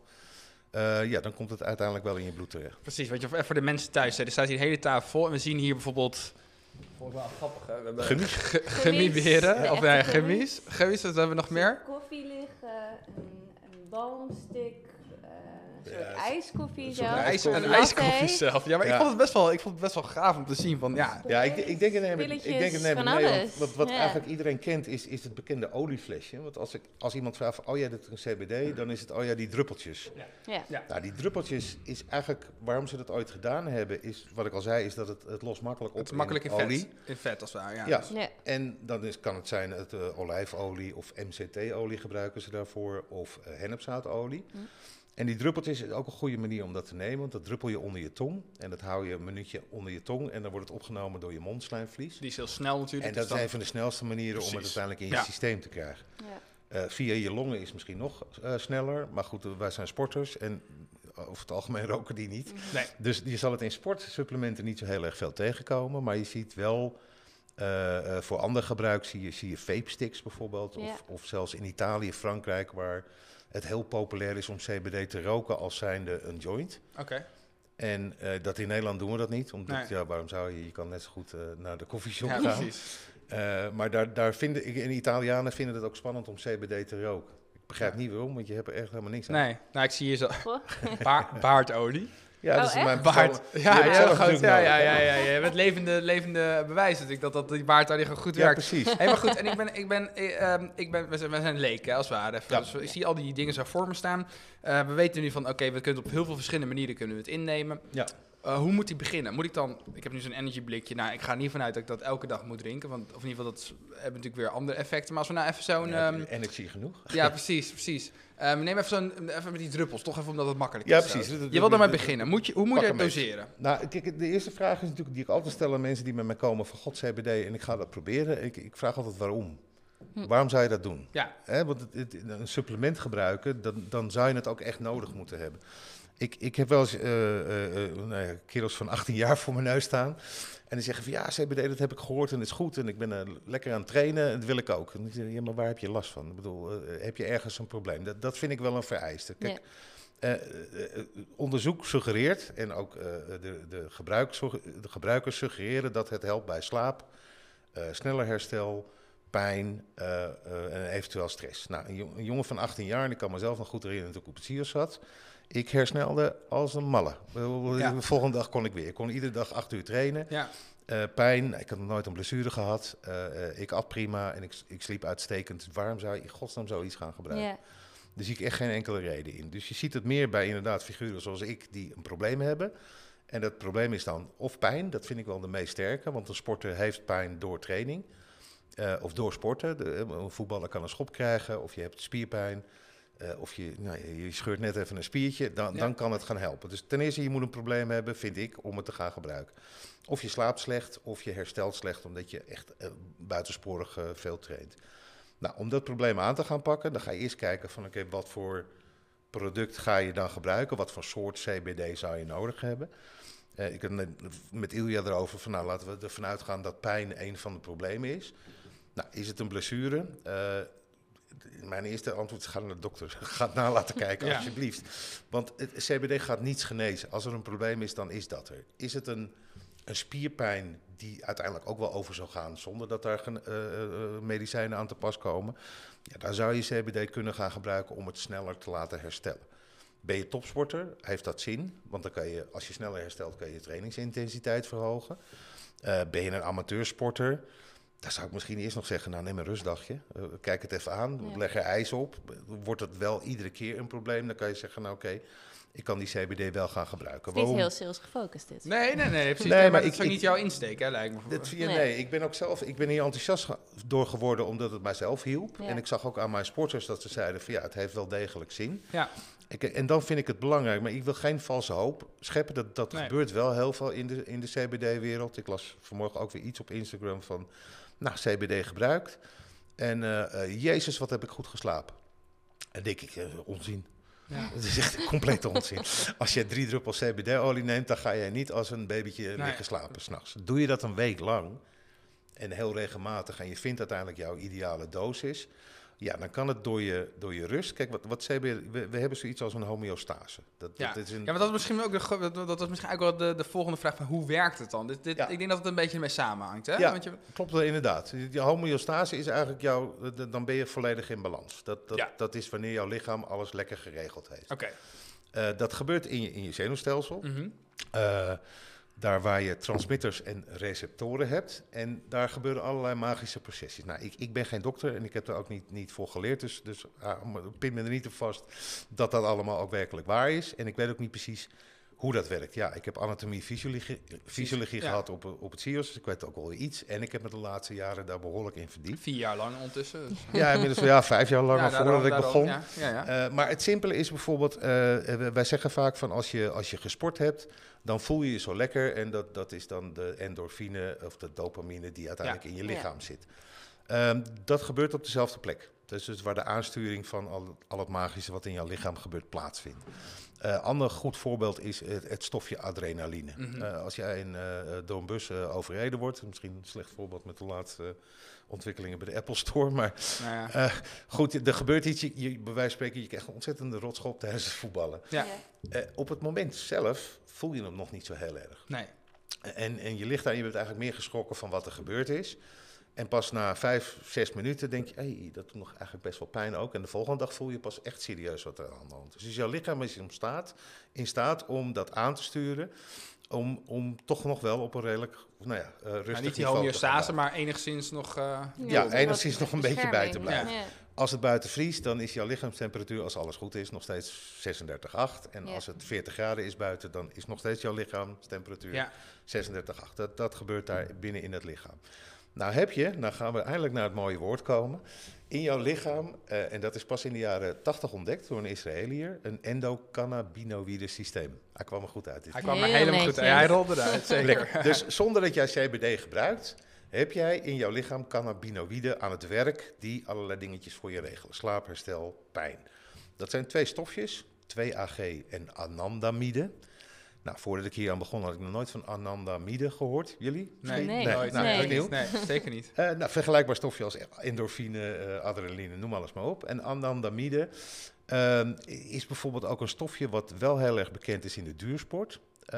Uh, ja, dan komt het uiteindelijk wel in je bloed terecht. Precies, want je, even voor de mensen thuis, hè, er staat hier een hele tafel vol en we zien hier bijvoorbeeld... Vond ik wel grappig, hè? We hebben Gummies. ge- Gummieberen, De of echte nee, gummies. gummies. Gummies, wat hebben we nog meer? Koffie liggen, een, een balmstick, uh, een soort Ja, ijskoffie een soort zelfs. Ijs, ijskoffie. een latte. ijskoffie zelf. Ja, maar Ja. Ik, vond het best wel, ik vond het best wel gaaf om te zien van, ja... Ja, ik, ik denk het nemen, ik denk het nemen van mee, alles. want wat, wat Ja. eigenlijk iedereen kent is, is het bekende olieflesje. Want als, ik, als iemand vraagt van, oh ja, dat is een C B D, dan is het, oh ja, die druppeltjes. Ja. Ja. Nou, die druppeltjes is eigenlijk, waarom ze dat ooit gedaan hebben, is, wat ik al zei, is dat het, het lost makkelijk op Het is makkelijk in vet. olie. In vet, als het ware, ja. Ja. Dus- Ja. En dan is, kan het zijn het uh, olijfolie of M C T-olie gebruiken ze daarvoor, of uh, hennepzaadolie. Hm. En die druppeltjes is ook een goede manier om dat te nemen, want dat druppel je onder je tong. En dat hou je een minuutje onder je tong en dan wordt het opgenomen door je mondslijmvlies. Die is heel snel natuurlijk. En dat dus is dan- een van de snelste manieren om het Precies. uiteindelijk in je Ja. systeem te krijgen. Ja. Uh, via je longen is misschien nog uh, sneller, maar goed, uh, wij zijn sporters en over het algemeen roken die niet. Nee. Dus je zal het in sportsupplementen niet zo heel erg veel tegenkomen, maar je ziet wel, uh, uh, voor ander gebruik zie je, zie je vape sticks bijvoorbeeld, Ja. of, of zelfs in Italië, Frankrijk, waar het heel populair is om C B D te roken als zijnde een joint. Oké. En uh, dat in Nederland doen we dat niet, omdat, Nee. ja, waarom zou je, je kan net zo goed uh, naar de koffieshop Ja, gaan. precies. Uh, maar daar, daar vinden, en Italianen vinden het ook spannend om C B D te roken. Ik begrijp Ja. niet waarom, want je hebt er echt helemaal niks aan. Nee, nou ik zie hier zo... Goh. Ba baardolie. Ja, Oh, dat is echt? mijn Baard. persoonlijke- Ja, Die heb ik ja, zelf goed, natuurlijk ja, nodig, ja, hè? ja, ja, ja. Je bent levende, levende bewijs natuurlijk dat, dat die baardolie gewoon goed Ja, werkt. precies. Hey, maar goed, en ik ben, ik ben, eh, um, ik ben we zijn, we zijn leken, hè, als het ware. Even. Ja. Dus ik zie al die dingen zo voor me staan. Uh, we weten nu van, oké, okay, we kunnen het op heel veel verschillende manieren kunnen we het innemen. Ja. Uh, hoe moet die beginnen? Moet ik dan, ik heb nu zo'n energy blikje, nou, ik ga er niet vanuit dat ik dat elke dag moet drinken, want, of in ieder geval, dat hebben natuurlijk weer andere effecten. Maar als we nou even zo'n... Ja, heb Um, je energie genoeg? ja, precies, precies. Um, neem even, zo'n, even met die druppels, toch even omdat het makkelijk Ja, is. precies. zo. Dat- Je wil er maar dat- beginnen. Moet je, hoe moet Pak je een het beetje. doseren? Nou, kijk, de eerste vraag is natuurlijk die ik altijd stel aan mensen die met mij komen van god C B D en ik ga dat proberen. Ik, ik vraag altijd waarom. Hm. Waarom zou je dat doen? Ja. Hè, want het, het- een supplement gebruiken, dan, dan zou je het ook echt nodig moeten hebben. Ik, ik heb wel eens uh, uh, uh, nou ja, kerels van achttien jaar voor mijn neus staan. En die zeggen van ja, C B D, dat heb ik gehoord en dat is goed. En ik ben uh, lekker aan het trainen en dat wil ik ook. En ik zeg, ja, maar waar heb je last van? Ik bedoel, uh, heb je ergens een probleem? Dat, dat vind ik wel een vereiste. Kijk, Uh, uh, onderzoek suggereert, en ook uh, de, de, gebruik, de gebruikers suggereren dat het helpt bij slaap, uh, sneller herstel, pijn uh, uh, en eventueel stress. Nou, een, jong, een jongen van achttien jaar, en ik kan mezelf nog goed herinneren toen ik op het C I O S zat, ik hersnelde als een malle. Ja. De volgende dag kon ik weer. Ik kon iedere dag acht uur trainen. Ja. Uh, pijn, ik had nog nooit een blessure gehad. Uh, uh, ik at prima en ik, ik sliep uitstekend. Waarom zou je in godsnaam zoiets gaan gebruiken? Ja. Daar zie ik echt geen enkele reden in. Dus je ziet het meer bij inderdaad figuren zoals ik die een probleem hebben. En dat probleem is dan of pijn, dat vind ik wel de meest sterke. Want een sporter heeft pijn door training uh, of door sporten. De, een voetballer kan een schop krijgen of je hebt spierpijn. Uh, of je, nou, je scheurt net even een spiertje, dan, ja. dan kan het gaan helpen. Dus ten eerste, je moet een probleem hebben, vind ik, om het te gaan gebruiken. Of je slaapt slecht, of je herstelt slecht, omdat je echt uh, buitensporig uh, veel traint. Nou, om dat probleem aan te gaan pakken, dan ga je eerst kijken van, oké, okay, wat voor product ga je dan gebruiken? Wat voor soort C B D zou je nodig hebben? Uh, ik had net met Ilja erover van, nou, laten we ervan uitgaan dat pijn een van de problemen is. Nou, is het een blessure? Uh, Mijn eerste antwoord is, ga naar de dokter. Ga na laten kijken, ja. alsjeblieft. Want het C B D gaat niets genezen. Als er een probleem is, dan is dat er. Is het een, een spierpijn die uiteindelijk ook wel over zou gaan, zonder dat daar uh, uh, medicijnen aan te pas komen? Ja, dan zou je C B D kunnen gaan gebruiken om het sneller te laten herstellen. Ben je topsporter, heeft dat zin. Want dan kan je, als je sneller herstelt, kan je je trainingsintensiteit verhogen. Uh, ben je een amateursporter, daar zou ik misschien eerst nog zeggen, nou neem een rustdagje. Uh, kijk het even aan, ja. leg er ijs op. Wordt het wel iedere keer een probleem, dan kan je zeggen, nou oké, okay, ik kan die C B D wel gaan gebruiken. Het is niet heel sales gefocust dit. Nee, nee, nee. Precies. Nee, maar, maar dat ik, zou ik, niet jouw insteek, hè, lijkt me. Dit, ja, nee. nee, ik ben ook zelf, ik ben hier enthousiast door geworden omdat het mijzelf hielp. Ja. En ik zag ook aan mijn sporters dat ze zeiden van ja, het heeft wel degelijk zin. Ja. Ik, en dan vind ik het belangrijk, maar ik wil geen valse hoop scheppen. Dat, dat nee. gebeurt wel heel veel in de, in de C B D-wereld. Ik las vanmorgen ook weer iets op Instagram van, nou, C B D gebruikt. En uh, uh, jezus, wat heb ik goed geslapen. En denk ik, uh, onzin. Ja. Het is echt complete onzin. Als je drie druppels C B D-olie neemt, dan ga je niet als een babytje nee. liggen slapen 's nachts. Doe je dat een week lang en heel regelmatig en je vindt uiteindelijk jouw ideale dosis, ja, dan kan het door je, door je rust. Kijk, wat, wat C B D, we, we hebben zoiets als een homeostase. Dat, ja. dat is een, ja, maar dat is misschien ook de, dat was misschien ook wel de, de volgende vraag van hoe werkt het dan? Dit, dit, ja. Ik denk dat het een beetje ermee samenhangt. Hè? Ja, Want je... klopt wel inderdaad. Die homeostase is eigenlijk jouw, dan ben je volledig in balans. Dat, dat, ja. dat is wanneer jouw lichaam alles lekker geregeld heeft. Oké. Okay. Uh, dat gebeurt in je, in je zenuwstelsel. Mm-hmm. Uh, Daar waar je transmitters en receptoren hebt. En daar gebeuren allerlei magische processes. Nou, ik, ik ben geen dokter en ik heb er ook niet, niet voor geleerd. Dus, dus uh, pin me er niet op vast dat dat allemaal ook werkelijk waar is. En ik weet ook niet precies hoe dat werkt. Ja, ik heb anatomie, fysiologie, fysiologie ja. gehad op, op het C I O S. Dus ik weet ook wel iets. En ik heb me de laatste jaren daar behoorlijk in verdiept. Vier jaar lang ondertussen. Dus. Ja, inmiddels ja, vijf jaar lang ja, al voordat ik begon. Ja, ja, ja. Uh, maar het simpele is bijvoorbeeld, uh, wij zeggen vaak van als je, als je gesport hebt, dan voel je je zo lekker. En dat, dat is dan de endorfine of de dopamine die uiteindelijk ja. in je lichaam ja. zit. Um, dat gebeurt op dezelfde plek. Dus, dus waar de aansturing van al, al het magische wat in jouw lichaam gebeurt plaatsvindt. Een uh, ander goed voorbeeld is het, het stofje adrenaline. Mm-hmm. Uh, als jij in, uh, door een bus uh, overreden wordt, misschien een slecht voorbeeld met de laatste uh, ontwikkelingen bij de Apple Store, maar nou ja. uh, goed, er gebeurt iets, je, je, bij wijze van spreken, je krijgt een ontzettende rotschop tijdens het voetballen. Ja. Uh, op het moment zelf voel je hem nog niet zo heel erg. Nee. En, en je ligt daar en je bent eigenlijk meer geschrokken van wat er gebeurd is. En pas na vijf, zes minuten denk je, hey, dat doet nog eigenlijk best wel pijn ook. En de volgende dag voel je pas echt serieus wat er aan de hand is. Dus jouw lichaam is in staat, in staat om dat aan te sturen. Om, om toch nog wel op een redelijk, nou ja, uh, rustig nou, niet die homeostase, maar enigszins nog... Uh, ja, ja enigszins nog een beetje bij te blijven. Ja. Als het buiten vriest, dan is jouw lichaamstemperatuur, als alles goed is, nog steeds zesendertig komma acht. En ja. als het veertig graden is buiten, dan is nog steeds jouw lichaamstemperatuur ja. zesendertig komma acht. Dat, dat gebeurt daar binnen in het lichaam. Nou heb je, nou gaan we eindelijk naar het mooie woord komen, in jouw lichaam, uh, en dat is pas in de jaren tachtig ontdekt door een Israëliër, een endocannabinoïde systeem. Hij kwam er goed uit. Hij kwam er helemaal goed uit. Ja, hij rolde eruit, zeker. Dus zonder dat jij C B D gebruikt, heb jij in jouw lichaam cannabinoïden aan het werk die allerlei dingetjes voor je regelen. Slaap, herstel, pijn. Dat zijn twee stofjes, twee A G en anandamide. Nou, voordat ik hier aan begon had ik nog nooit van anandamide gehoord. Jullie? Nee, Nee. nooit. Nou, Nee. ook nieuw. Nee, zeker niet. Uh, nou, vergelijkbaar stofje als endorfine, uh, adrenaline, noem alles maar op. En anandamide uh, is bijvoorbeeld ook een stofje wat wel heel erg bekend is in de duursport. Uh,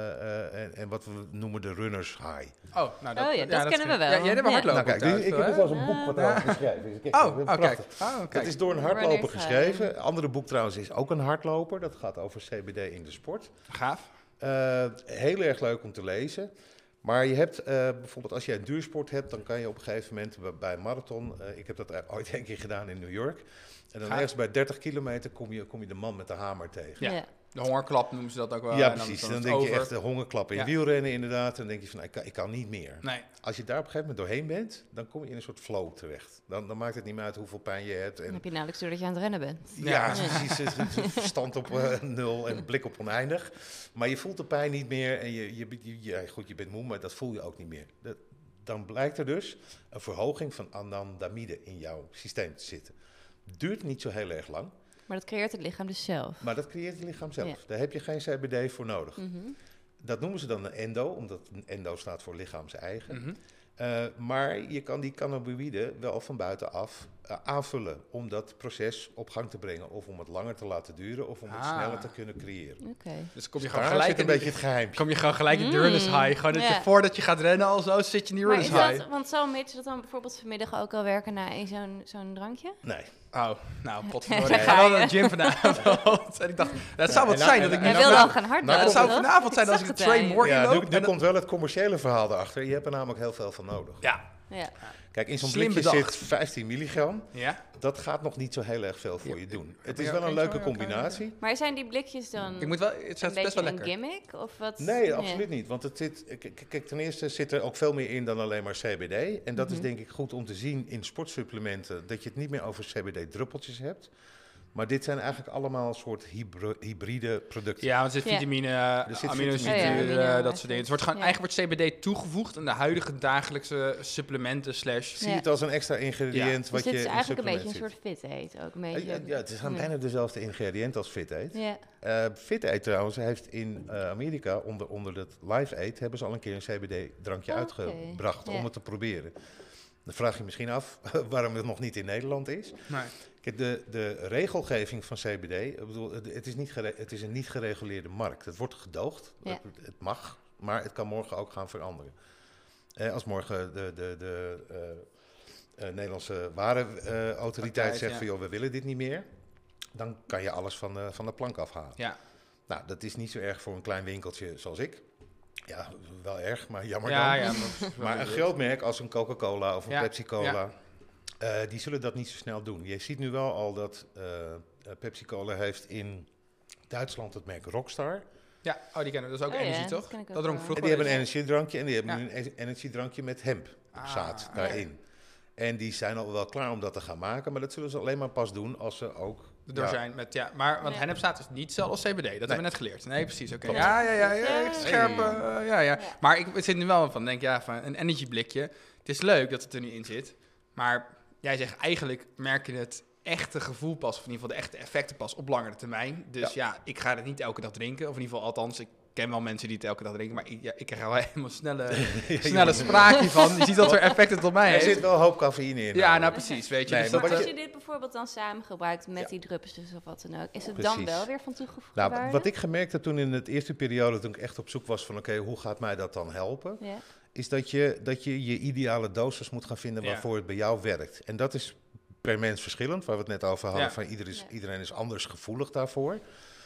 uh, en, en wat we noemen de runners high. Oh, nou dat, Oh ja, dat kennen we wel. Ja, jij hebt wel Ja. hardlopen. Nou, kijk, thuis, ik heb hè? er zelfs een boek wat Ah. daarover geschreven. Dus kijk, Oh, dat is oh, kijk. prachtig. Oh, kijk. Dat is door een hardloper Runners high. geschreven. Een andere boek trouwens is ook een hardloper. Dat gaat over C B D in de sport. Gaaf. Uh, heel erg leuk om te lezen. Maar je hebt uh, bijvoorbeeld als je een duursport hebt, dan kan je op een gegeven moment bij, bij een marathon. Uh, ik heb dat ooit een keer gedaan in New York. En dan Gaaf. ergens bij dertig kilometer kom je, kom je de man met de hamer tegen. Ja. Ja. De hongerklap noemen ze dat ook wel. Ja, En dan- precies. Dan, Dan is denk het je over. echt de hongerklap in Ja. wielrennen inderdaad. Dan denk je van, ik kan, ik kan niet meer. Nee. Als je daar op een gegeven moment doorheen bent, dan kom je in een soort flow terecht. Dan, dan maakt het niet meer uit hoeveel pijn je hebt. Dan En heb je nauwelijks door dat je aan het rennen bent. ja, Ja. precies. Het, het, het verstand op uh, nul en blik op oneindig. Maar je voelt de pijn niet meer en je, je, je, je, goed, je bent moe, maar dat voel je ook niet meer. Dat, dan blijkt er dus een verhoging van anandamide in jouw systeem te zitten. Duurt niet zo heel erg lang, Maar dat creëert het lichaam dus zelf. maar dat creëert het lichaam zelf. Ja. Daar heb je geen C B D voor nodig. Mhm. Dat noemen ze dan een endo, omdat een endo staat voor lichaams-eigen. Mhm. Uh, maar je kan die cannabinoïden wel van buitenaf uh, aanvullen om dat proces op gang te brengen. Of om het langer te laten duren of om het Ah. sneller te kunnen creëren. Oké. Dus kom je Dus gewoon daar gelijk zit een in die- beetje het geheim. Kom je gewoon gelijk in Mm. de runners high. Gewoon dat Ja. je voordat je gaat rennen al zo zit je in die Maar runners is high. dat, want zal Mitch dat dan bijvoorbeeld vanmiddag ook al werken na een zo'n zo'n drankje? Nee. Oh, nou, potverdorie. Nee. Ik ga wel naar de gym vanavond. En ik dacht, dat zou Ja, wat en zijn nou- dat ik en nu Hij nou- wilde vanavond- al gaan hardlopen. nou, Het zou toch? vanavond zijn Ik als ik zag de het train aan je. morning Ja, loop. nu, en nu dan- komt wel het commerciële verhaal erachter. Je hebt er namelijk heel veel van nodig. Ja, Ja. Kijk, in zo'n Slim blikje bedacht. zit vijftien milligram. ja. Dat gaat nog niet zo heel erg veel voor Ja, je doen. Het je is ook wel een eentje leuke van elkaar? combinatie. Maar zijn die blikjes dan Ik moet wel, het een is best beetje wel een lekker. gimmick? Of wat? Nee, Ja. absoluut niet. Want het zit, k- k- kijk, ten eerste zit er ook veel meer in dan alleen maar C B D. En dat is Mhm. denk ik goed om te zien in sportsupplementen, dat je het niet meer over C B D-druppeltjes hebt. Maar dit zijn eigenlijk allemaal een soort hybri- hybride producten. Ja, want er zit Ja. vitamine, Er zit aminozuren, vitamine. Oh ja, eh, amino dat soort dingen. Het wordt gewoon Ja. eigenlijk wordt C B D toegevoegd aan de huidige dagelijkse supplementen slash... Zie Ja. het als een extra ingrediënt Dus wat dit je is in eigenlijk een supplement beetje een zit. soort fit eet ook. Een Ja, beetje. ja, ja, het is aan Ja. bijna dezelfde ingrediënt als Fit Eat. Ja. Eh, Fit Eat trouwens heeft in eh, Amerika onder, onder het Live Eat hebben ze al een keer een C B D-drankje Oké, uitgebracht ja. om het te proberen. Dan vraag je misschien af waarom het nog niet in Nederland is. Nee. Kijk, de, de regelgeving van C B D, ik bedoel, het, het, is niet gere- het is een niet gereguleerde markt. Het wordt gedoogd, Ja. het, het mag, maar het kan morgen ook gaan veranderen. Eh, als morgen de, de, de eh, eh, Nederlandse warenautoriteit Autoriteit, zegt ja. van joh, we willen dit niet meer, dan kan je alles van de, van de plank afhalen. Ja. Nou, dat is niet zo erg voor een klein winkeltje zoals ik. Ja, wel erg, maar jammer Ja, dan. ja. Maar, Maar een groot merk als een Coca-Cola of een Ja, Pepsi-Cola, eh, die zullen dat niet zo snel doen. Je ziet nu wel al dat eh, Pepsi-Cola heeft in Duitsland het merk Rockstar. Ja, oh, die kennen we. Dat is ook Oh ja, energie, dat toch? ken ik ook Dat dronk wel. vroeger En die hebben een eens. energiedrankje en die hebben Ja. nu een energiedrankje met hempzaad Ah, daarin. En die zijn al wel klaar om dat te gaan maken, maar dat zullen ze alleen maar pas doen als ze ook... Door ja, zijn met, ja, maar, want Ja. hennepzaad is niet hetzelfde als C B D. Dat hebben we net geleerd. Nee, precies, oké. Klopt. Ja, ja, ja, ja, Ja. ik scherp, Hey. eh, ja, ja. Ja. Maar ik zit nu wel van, denk ja, van een energy blikje. Het is leuk dat het er nu in zit, maar jij zegt eigenlijk merk je het echte gevoel pas, of in ieder geval de echte effecten pas op langere termijn. Dus ja, ik ga het niet elke dag drinken, of in ieder geval althans, ik ken wel mensen die het elke dag drinken, maar ik, ja, ik krijg er wel helemaal snelle, snelle spraakje van. Je ziet wat voor effecten het op mij Er heeft. zit wel een hoop cafeïne in. Ja, namelijk. nou precies, weet je. Nee, dus maar dat, Maar wat als je- je dit bijvoorbeeld dan samen gebruikt met Ja. die druppeltjes of wat dan ook, is het dan Precies. wel weer van toegevoegde Nou, waarde? wat ik gemerkt heb toen in het eerste periode, toen ik echt op zoek was van oké, hoe gaat mij dat dan helpen? Ja. Is dat je, dat je je ideale dosis moet gaan vinden Ja. waarvoor het bij jou werkt. En dat is per mens verschillend, waar we het net over hadden, Ja. van ieder is, Ja. iedereen is anders gevoelig daarvoor.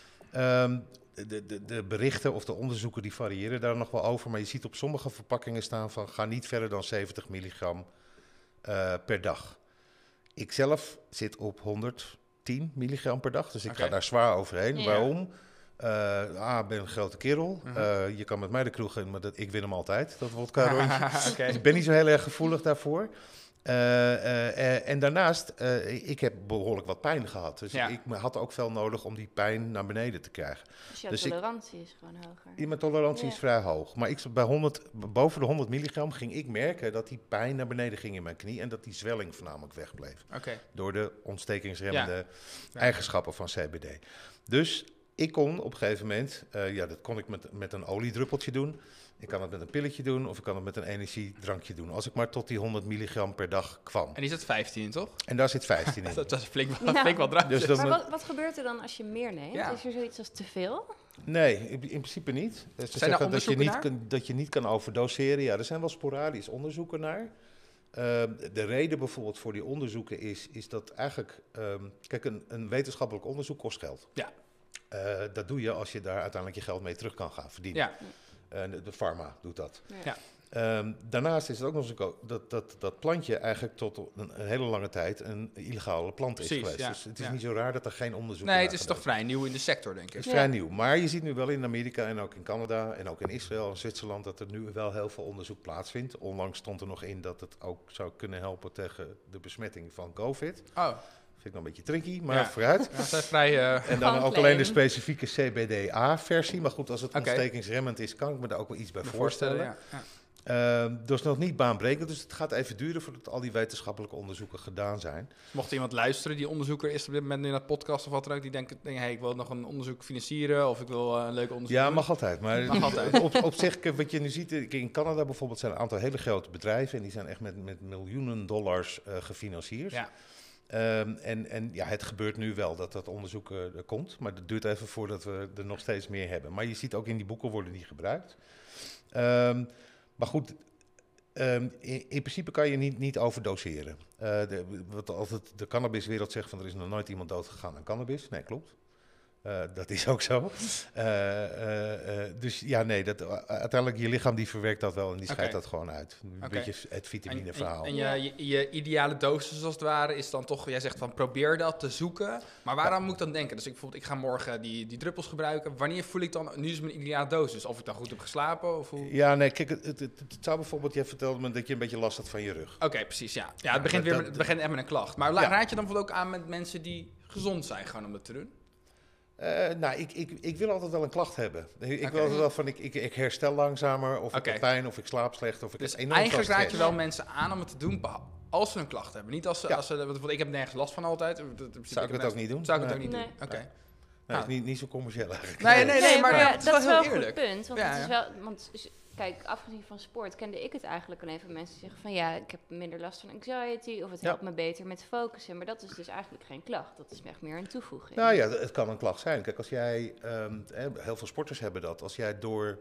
Ehm, de, de, de berichten of de onderzoeken die variëren daar nog wel over, maar je ziet op sommige verpakkingen staan van ga niet verder dan zeventig milligram eh, per dag. Ik zelf zit op honderdtien milligram per dag, dus ik Oké. ga daar zwaar overheen. Ja. Waarom? Eh ah, ik ben een grote kerel. Mhm. Eh, je kan met mij de kroeg in, maar dat, ik win hem altijd, dat wodka rondje. Oké. Dus ik ben niet zo heel erg gevoelig daarvoor. Eh, eh, eh, en daarnaast, eh, ik heb behoorlijk wat pijn gehad. Dus Ja. ik had ook veel nodig om die pijn naar beneden te krijgen. Dus jouw Dus ik- tolerantie is gewoon hoger. Ja, mijn tolerantie Ja. is vrij hoog. Maar ik, bij honderd, boven de honderd milligram ging ik merken dat die pijn naar beneden ging in mijn knie. En dat die zwelling voornamelijk wegbleef. Oké. Door de ontstekingsremmende Ja. eigenschappen van C B D. Dus ik kon op een gegeven moment, uh, ja, dat kon ik met, met een oliedruppeltje doen. Ik kan het met een pilletje doen of ik kan het met een energiedrankje doen. Als ik maar tot die honderd milligram per dag kwam. En die zit vijftien, toch? En daar zit vijftien in. Dat is flink, Nou, flink wat drankjes. Dus dat Maar me- wat, wat gebeurt er dan als je meer neemt? Ja. Is er zoiets als te veel? Nee, in, in principe niet. Ze er zeggen dat je onderzoeken niet, naar? kan, dat je niet kan overdoseren. Ja, er zijn wel sporadisch onderzoeken naar. Uh, de reden bijvoorbeeld voor die onderzoeken is, is dat eigenlijk... Um, kijk, een, een wetenschappelijk onderzoek kost geld. Ja. Uh, dat doe je als je daar uiteindelijk je geld mee terug kan gaan verdienen. Ja. Uh, de, de pharma doet dat. Ja. Ja. Um, daarnaast is het ook nog eens zo dat, dat dat plantje eigenlijk tot een, een hele lange tijd een illegale plant is Precies, geweest. ja, Dus het is ja. niet zo raar dat er geen onderzoek Nee, naar het is gedaan toch vrij nieuw in de sector, denk Het ik. is Ja. vrij nieuw. Maar je ziet nu wel in Amerika en ook in Canada en ook in Israël en Zwitserland dat er nu wel heel veel onderzoek plaatsvindt. Onlangs stond er nog in dat het ook zou kunnen helpen tegen de besmetting van COVID. Oh, Vind ik nog een beetje tricky, maar Ja. vooruit. ja, dat is vrij... uh, En dan ook Handclaim. alleen de specifieke C B D A-versie. Maar goed, als het Oké. ontstekingsremmend is, kan ik me daar ook wel iets bij me voorstellen. ja. Ja. Uh, dat is nog niet baanbrekend, dus het gaat even duren voordat al die wetenschappelijke onderzoeken gedaan zijn. Mocht iemand luisteren, die onderzoeker is op dit moment nu naar de podcast of wat dan ook, die denkt, denk, hey, ik wil nog een onderzoek financieren of ik wil uh, een leuk onderzoek Ja, doen. mag altijd. Maar Mag altijd. Op, op zich, wat je nu ziet, in Canada bijvoorbeeld zijn een aantal hele grote bedrijven en die zijn echt met, met miljoenen dollars uh, gefinancierd. Ja. Um, en, en ja, het gebeurt nu wel dat dat onderzoek uh, er komt, maar het duurt even voordat we er nog steeds meer hebben. Maar je ziet ook in die boeken worden die gebruikt. Um, maar goed, um, in, in principe kan je niet, niet overdoseren. Uh, de, wat altijd de cannabiswereld zegt van er is nog nooit iemand dood gegaan aan cannabis. Nee, klopt. Uh, dat is ook zo. Uh, uh, uh, dus ja, nee, dat, uh, uiteindelijk je lichaam die verwerkt dat wel en die scheidt Oké. dat gewoon uit. Een Oké. beetje het vitamine verhaal. En, en, en je, je, je ideale dosis als het ware is dan toch, jij zegt van probeer dat te zoeken. Maar waaraan Ja. moet ik dan denken? Dus ik, bijvoorbeeld, ik ga morgen die, die druppels gebruiken. Wanneer voel ik dan, nu is mijn ideale dosis? Of ik dan goed heb geslapen? Of hoe... Ja, nee, kijk, het, het, het, het zou bijvoorbeeld, jij vertelde me dat je een beetje last had van je rug. Oké, okay, precies, ja. Ja, het begint, dat- weer met, dat- het begint echt met een klacht. Maar la- Ja. raad je dan bijvoorbeeld ook aan met mensen die gezond zijn gewoon om dat te doen? Uh, nou, ik, ik, ik wil altijd wel een klacht hebben. Ik ik Oké. wil altijd wel van, ik, ik, ik herstel langzamer, of ik Oké. heb pijn, of ik slaap slecht, of ik Dus heb enorm veel eigenlijk raad je stress. wel mensen aan om het te doen beha- als ze een klacht hebben. Niet als ze, Ja. als ze want ik heb nergens last van altijd. Dat- dat- in principe Zou ik heb het ook mensen- niet doen? Zou ik het Nee. ook niet Nee. doen? Oké. Nee. Nee, dat is niet, niet zo commercieel eigenlijk. Nee, nee, nee, maar ja, dat is wel dat is wel heel een eerlijk. goed punt. Want Ja, het is ja. wel, want s- kijk, afgezien van sport kende ik het eigenlijk alleen van mensen die zeggen van ja, ik heb minder last van anxiety of het Ja. helpt me beter met focussen. Maar dat is dus eigenlijk geen klacht. Dat is echt meer een toevoeging. Nou ja, het kan een klacht zijn. Kijk, als jij, um, heel veel sporters hebben dat, als jij door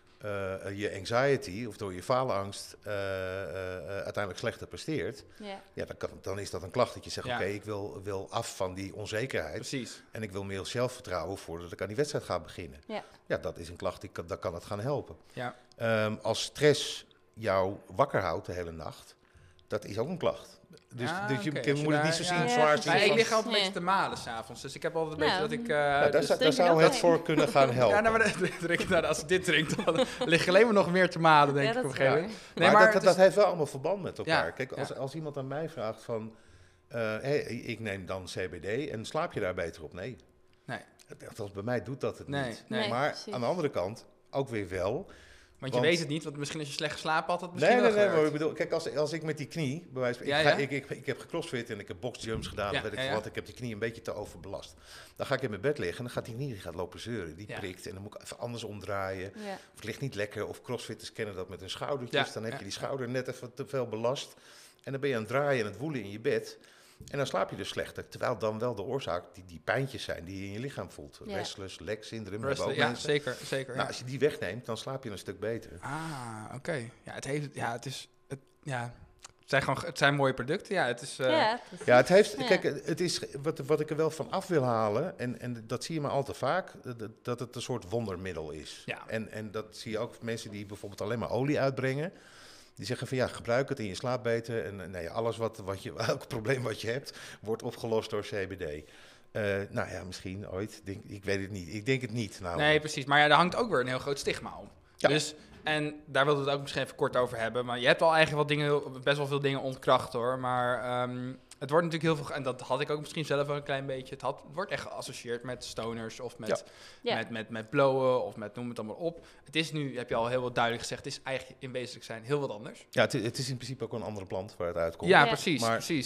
uh, je anxiety of door je faalangst uh, uh, uiteindelijk slechter presteert, Ja. ja, dan, kan, dan is dat een klacht dat je zegt, Ja. oké, okay, ik wil, wil af van die onzekerheid Precies. en ik wil meer zelfvertrouwen voordat ik aan die wedstrijd ga beginnen. Ja. Ja, dat is een klacht, die kan, dat kan het gaan helpen. Ja. Um, als stress jou wakker houdt de hele nacht, dat is ook een klacht. Dus, Ah, dus je, oké. je Als je moet het daar- niet zo ja. zien, Ja, zwaar precies. zien. Maar ik van- lig altijd een Ja. beetje te malen s'avonds. Dus ik heb altijd een Nou, beetje dat ik... uh, Ja, daar, dus- zou- drink daar je zou dat het heen? voor kunnen gaan helpen. ja, nou, maar, dat- drink- nou, als ik dit drink, dan lig ik alleen maar nog meer te malen, denk Ja, ik op dat een is gegeven moment. waar. Nee, maar maar dat, het dat is- heeft wel allemaal verband met elkaar. Ja, Kijk, als, ja. als iemand aan mij vraagt van, uh, hey, ik neem dan C B D en slaap je daar beter op? Nee. Nee. Dat, dat, bij mij doet dat het Nee, niet. nee. Maar precies. aan de andere kant ook weer wel. Want je Want- weet het niet, want misschien als je slecht geslapen had, had het misschien Nee, nee, wel nee, maar gewerkt. ik bedoel, kijk, als, als ik met die knie, bij wijze van, Ja, ik, ga, ja. ik, ik, ik heb gecrossfit en ik heb boxjumps gedaan, Ja, weet ik ja, veel ja. wat, ik heb die knie een beetje te overbelast. Dan ga ik in mijn bed liggen en dan gaat die knie die gaat lopen zeuren, die Ja. prikt en dan moet ik even anders omdraaien. Ja. Of het ligt niet lekker, of crossfitters kennen dat met hun schoudertjes, Ja, dan heb ja, je die ja. schouder net even te veel belast. En dan ben je aan het draaien en het woelen in je bed. En dan slaap je dus slechter, terwijl dan wel de oorzaak die, die pijntjes zijn die je in je lichaam voelt. Ja. Restless leg syndrome Rustig, hebben ook ja, mensen. zeker, zeker. Nou, ja. als je die wegneemt, dan slaap je een stuk beter. Ah, oké. Ja, het heeft, ja, het is, het, ja, het zijn gewoon, het zijn mooie producten. Ja, het is. eh, Ja, precies. Ja, het heeft, Ja. kijk, het is wat, wat ik er wel van af wil halen, en, en dat zie je maar al te vaak, dat, dat het een soort wondermiddel is. Ja. En, en dat zie je ook mensen die bijvoorbeeld alleen maar olie uitbrengen. Die zeggen van ja, gebruik het en je slaapt beter. En nee, alles wat, wat je, elk probleem wat je hebt, wordt opgelost door C B D. Uh, nou ja, misschien ooit. Denk, ik weet het niet. Ik denk het niet. Nou, Nee, precies. Maar ja, daar hangt ook weer een heel groot stigma om. Ja. Dus, en daar wilden we het ook misschien even kort over hebben. Maar je hebt al eigenlijk wat dingen, best wel veel dingen ontkracht hoor. Maar ehm, het wordt natuurlijk heel veel, en dat had ik ook misschien zelf wel een klein beetje. Het, had, het wordt echt geassocieerd met stoners of met, Ja. Ja. met, met, met blowen of met noem het allemaal op. Het is nu, heb je al heel wat duidelijk gezegd, het is eigenlijk in wezenlijk zijn heel wat anders. Ja, het, is- het is in principe ook een andere plant waar het uitkomt. Ja, Ja. precies, Maar- precies.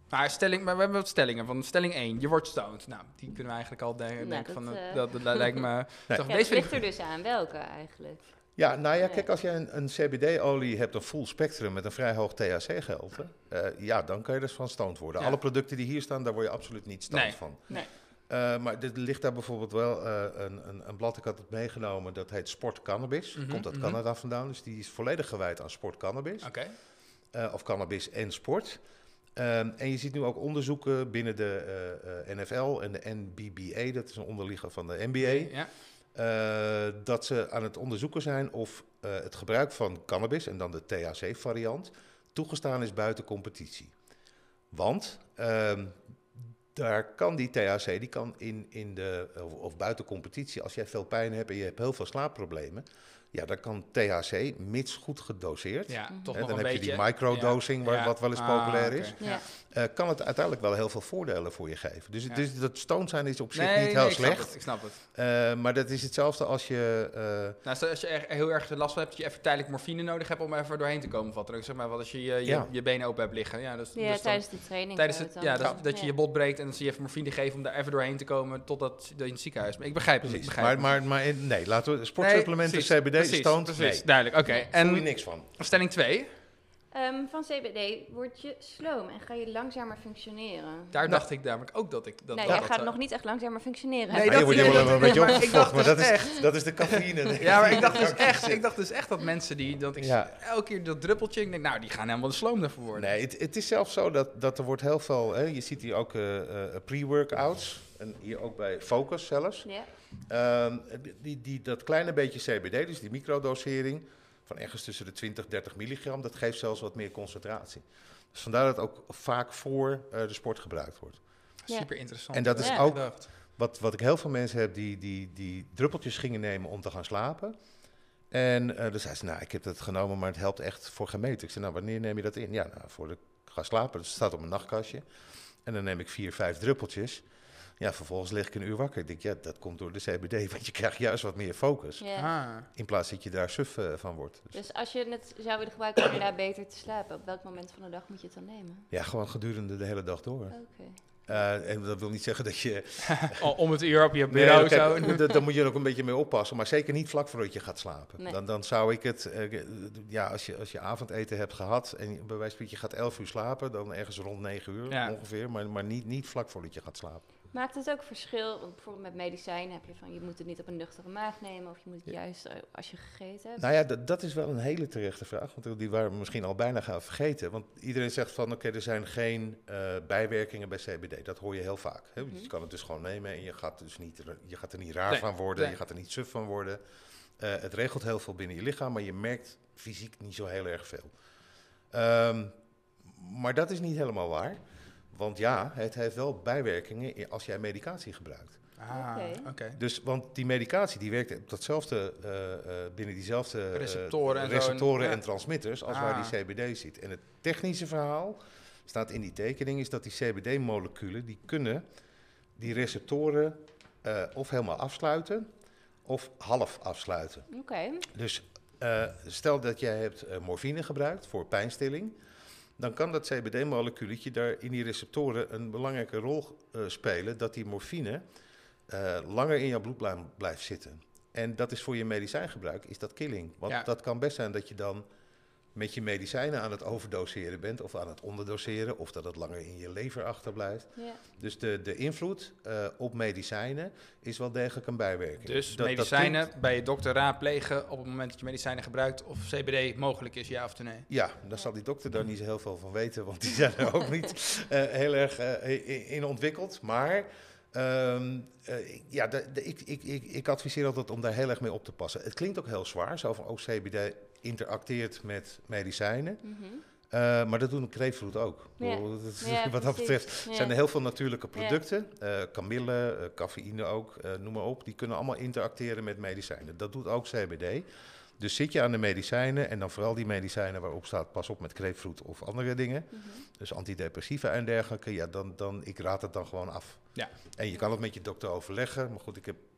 Maar, stelling, maar we hebben wat stellingen. Van stelling één, je wordt stoned. Nou, die kunnen we eigenlijk al de- Nou, denken dat, van... eh, Dat, dat, dat lijkt me... Nee. Toch, Ja, deze dat vind ligt ik... er dus aan. Welke eigenlijk? Ja, nou ja, Ja. kijk, als je een, een C B D-olie hebt, een full spectrum met een vrij hoog T H C-gehalte, uh, ja, dan kan je dus van stoned worden. Ja. Alle producten die hier staan, daar word je absoluut niet stoned Nee. van. Nee. Uh, maar er ligt daar bijvoorbeeld wel uh, een, een, een blad, ik had het meegenomen, dat heet Sport Cannabis. Mhm, Komt uit mhm. Canada vandaan, dus die is volledig gewijd aan sport cannabis. Oké. Uh, of cannabis en sport. Um, en je ziet nu ook onderzoeken binnen de uh, uh, N F L en de N B B A, dat is een onderligger van de N B A. Ja. Uh, dat ze aan het onderzoeken zijn of uh, het gebruik van cannabis, en dan de T H C-variant, toegestaan is buiten competitie. Want uh, daar kan die T H C, die kan in, in de, of, of buiten competitie, als jij veel pijn hebt en je hebt heel veel slaapproblemen, ja, dan kan T H C, mits goed gedoseerd, Ja, toch hè, nog dan een heb beetje... je die microdosing, Ja, waar, ja. wat wel eens Ah, populair oké, is, Ja. uh, kan het uiteindelijk wel heel veel voordelen voor je geven. Dus, Ja. dus dat stoned zijn is op zich Nee, niet heel nee, ik snap slecht. het, ik snap het. Uh, maar dat is hetzelfde als je... Uh, Nou, stel als je er heel erg last van hebt, dat je even tijdelijk morfine nodig hebt om even doorheen te komen. Wat er ook, zeg maar, wat als je je, je, Ja. je benen open hebt liggen. Ja, dus, Ja, dus dan- tijdens de training. tijdens zou het, het ja, dan- dat, dat je je bot breekt en dan zie je even morfine geven om daar even doorheen te komen totdat je in het ziekenhuis. Maar ik begrijp het. Ik precies. begrijp Maar, het. maar, maar in- nee, laten we sportsupplementen, Nee, precies, C B D, precies, stoned, precies, nee. duidelijk. Oké, Nee. Voel je en niks van. stelling twee. Ehm, van C B D word je sloom en ga je langzamer functioneren. Daar Nou. dacht ik namelijk ook dat ik... Dat, nee, dat jij dat gaat zou- nog niet echt langzamer functioneren. Nee, Nee, dat- je wordt je nee, wel dat- een beetje nee, maar ik opgefokt, dacht maar dus dat is, echt- dat is de cafeïne. Ja, maar ik dacht dus echt, ik dacht dus echt dat mensen die, dat ik Ja. elke keer dat druppeltje, ik denk, nou, die gaan helemaal de sloom ervoor worden. Nee, het, het is zelfs zo dat, dat er wordt heel veel... Hè, je ziet hier ook uh, uh, pre-workouts. En hier ook bij Focus zelfs. Ja. Um, die, die, dat kleine beetje C B D, dus die microdosering... van ergens tussen de twintig, dertig milligram... dat geeft zelfs wat meer concentratie. Dus vandaar dat het ook vaak voor uh, de sport gebruikt wordt. Ja. Super interessant. En dat is Ja. ook Gedacht. wat, wat ik heel veel mensen heb... die, die, die druppeltjes gingen nemen om te gaan slapen... En uh, dan zei ze, nou, ik heb het genomen, maar het helpt echt voor geen meter. Ik zei, nou, wanneer neem je dat in? Ja, nou, voor ik ga slapen. Dus het staat op mijn nachtkastje. En dan neem ik vier, vijf druppeltjes. Ja, vervolgens lig ik een uur wakker. Ik denk, ja, dat komt door de C B D, want je krijgt juist wat meer focus. Ja. Ah. In plaats dat je daar suf uh, van wordt. Dus, Dus als je het zou willen gebruiken om inderdaad beter te slapen, op welk moment van de dag moet je het dan nemen? ja, gewoon gedurende de hele dag door. Oké. Uh, en dat wil niet zeggen dat je... Al om het uur op je Nee, bureau kijk, zo. d- daar moet je er ook een beetje mee oppassen. Maar zeker niet vlak voordat je gaat slapen. Nee. Dan, dan zou ik het... Uh, ja, als je, als je avondeten hebt gehad... en je, bij wijze van spreken je gaat elf uur slapen... dan ergens rond negen uur Ja. ongeveer. Maar, maar niet, niet vlak voordat je gaat slapen. Maakt het ook verschil? Want bijvoorbeeld met medicijnen heb je van je moet het niet op een nuchtere maag nemen of je moet het Ja. juist uh, als je gegeten hebt. Nou ja, d- dat is wel een hele terechte vraag. Want die waren we misschien al bijna gaan vergeten. Want iedereen zegt van, oké, okay, er zijn geen uh, bijwerkingen bij C B D. Dat hoor je heel vaak. Hè? Mhm. Je kan het dus gewoon nemen en je gaat, dus niet, je gaat er niet raar Nee, van worden. nee. Je gaat er niet suf van worden. Uh, het regelt heel veel binnen je lichaam, maar je merkt fysiek niet zo heel erg veel. Um, maar dat is niet helemaal waar. Want ja, het heeft wel bijwerkingen als jij medicatie gebruikt. Ah, Oké. oké. Okay. Dus, want die medicatie die werkt op datzelfde, uh, uh, binnen diezelfde uh, Receptoren en zo receptoren en- en, ja. transmitters als Ah. waar die C B D zit. En het technische verhaal staat in die tekening is dat die C B D-moleculen die kunnen die receptoren uh, of helemaal afsluiten of half afsluiten. Oké. Okay. Dus uh, stel dat jij hebt uh, morfine gebruikt voor pijnstilling, dan kan dat C B D-moleculetje daar in die receptoren een belangrijke rol uh, spelen, dat die morfine uh, langer in jouw bloed blijft zitten. En dat is voor je medicijngebruik, is dat killing. Want Ja. dat kan best zijn dat je dan met je medicijnen aan het overdoseren bent, of aan het onderdoseren, of dat het langer in je lever achterblijft. Ja. Dus de, de invloed uh, op medicijnen is wel degelijk een bijwerking. Dus Dat- dat medicijnen klinkt- bij je dokter raadplegen op het moment dat je medicijnen gebruikt of C B D mogelijk is, ja of nee? Ja, daar zal die dokter daar niet zo heel veel van weten, want die zijn er ook niet uh, heel erg uh, in, in ontwikkeld. Maar um, uh, ja, de, de, ik, ik, ik, ik adviseer altijd om daar heel erg mee op te passen. Het klinkt ook heel zwaar, zo van oh, C B D interacteert met medicijnen. Mhm. Uh, maar dat doen grapefruit ook. Ja. Ik bedoel, dat is- Ja, wat dat precies. betreft Ja. zijn er heel veel natuurlijke producten. Uh, kamille, uh, cafeïne ook, uh, noem maar op. Die kunnen allemaal interacteren met medicijnen. Dat doet ook C B D. Dus zit je aan de medicijnen en dan vooral die medicijnen waarop staat pas op met grapefruit of andere dingen. Mhm. Dus antidepressiva en dergelijke. Ja, dan, dan, ik raad het dan gewoon af. Ja. En je kan het met je dokter overleggen. Maar goed, ik heb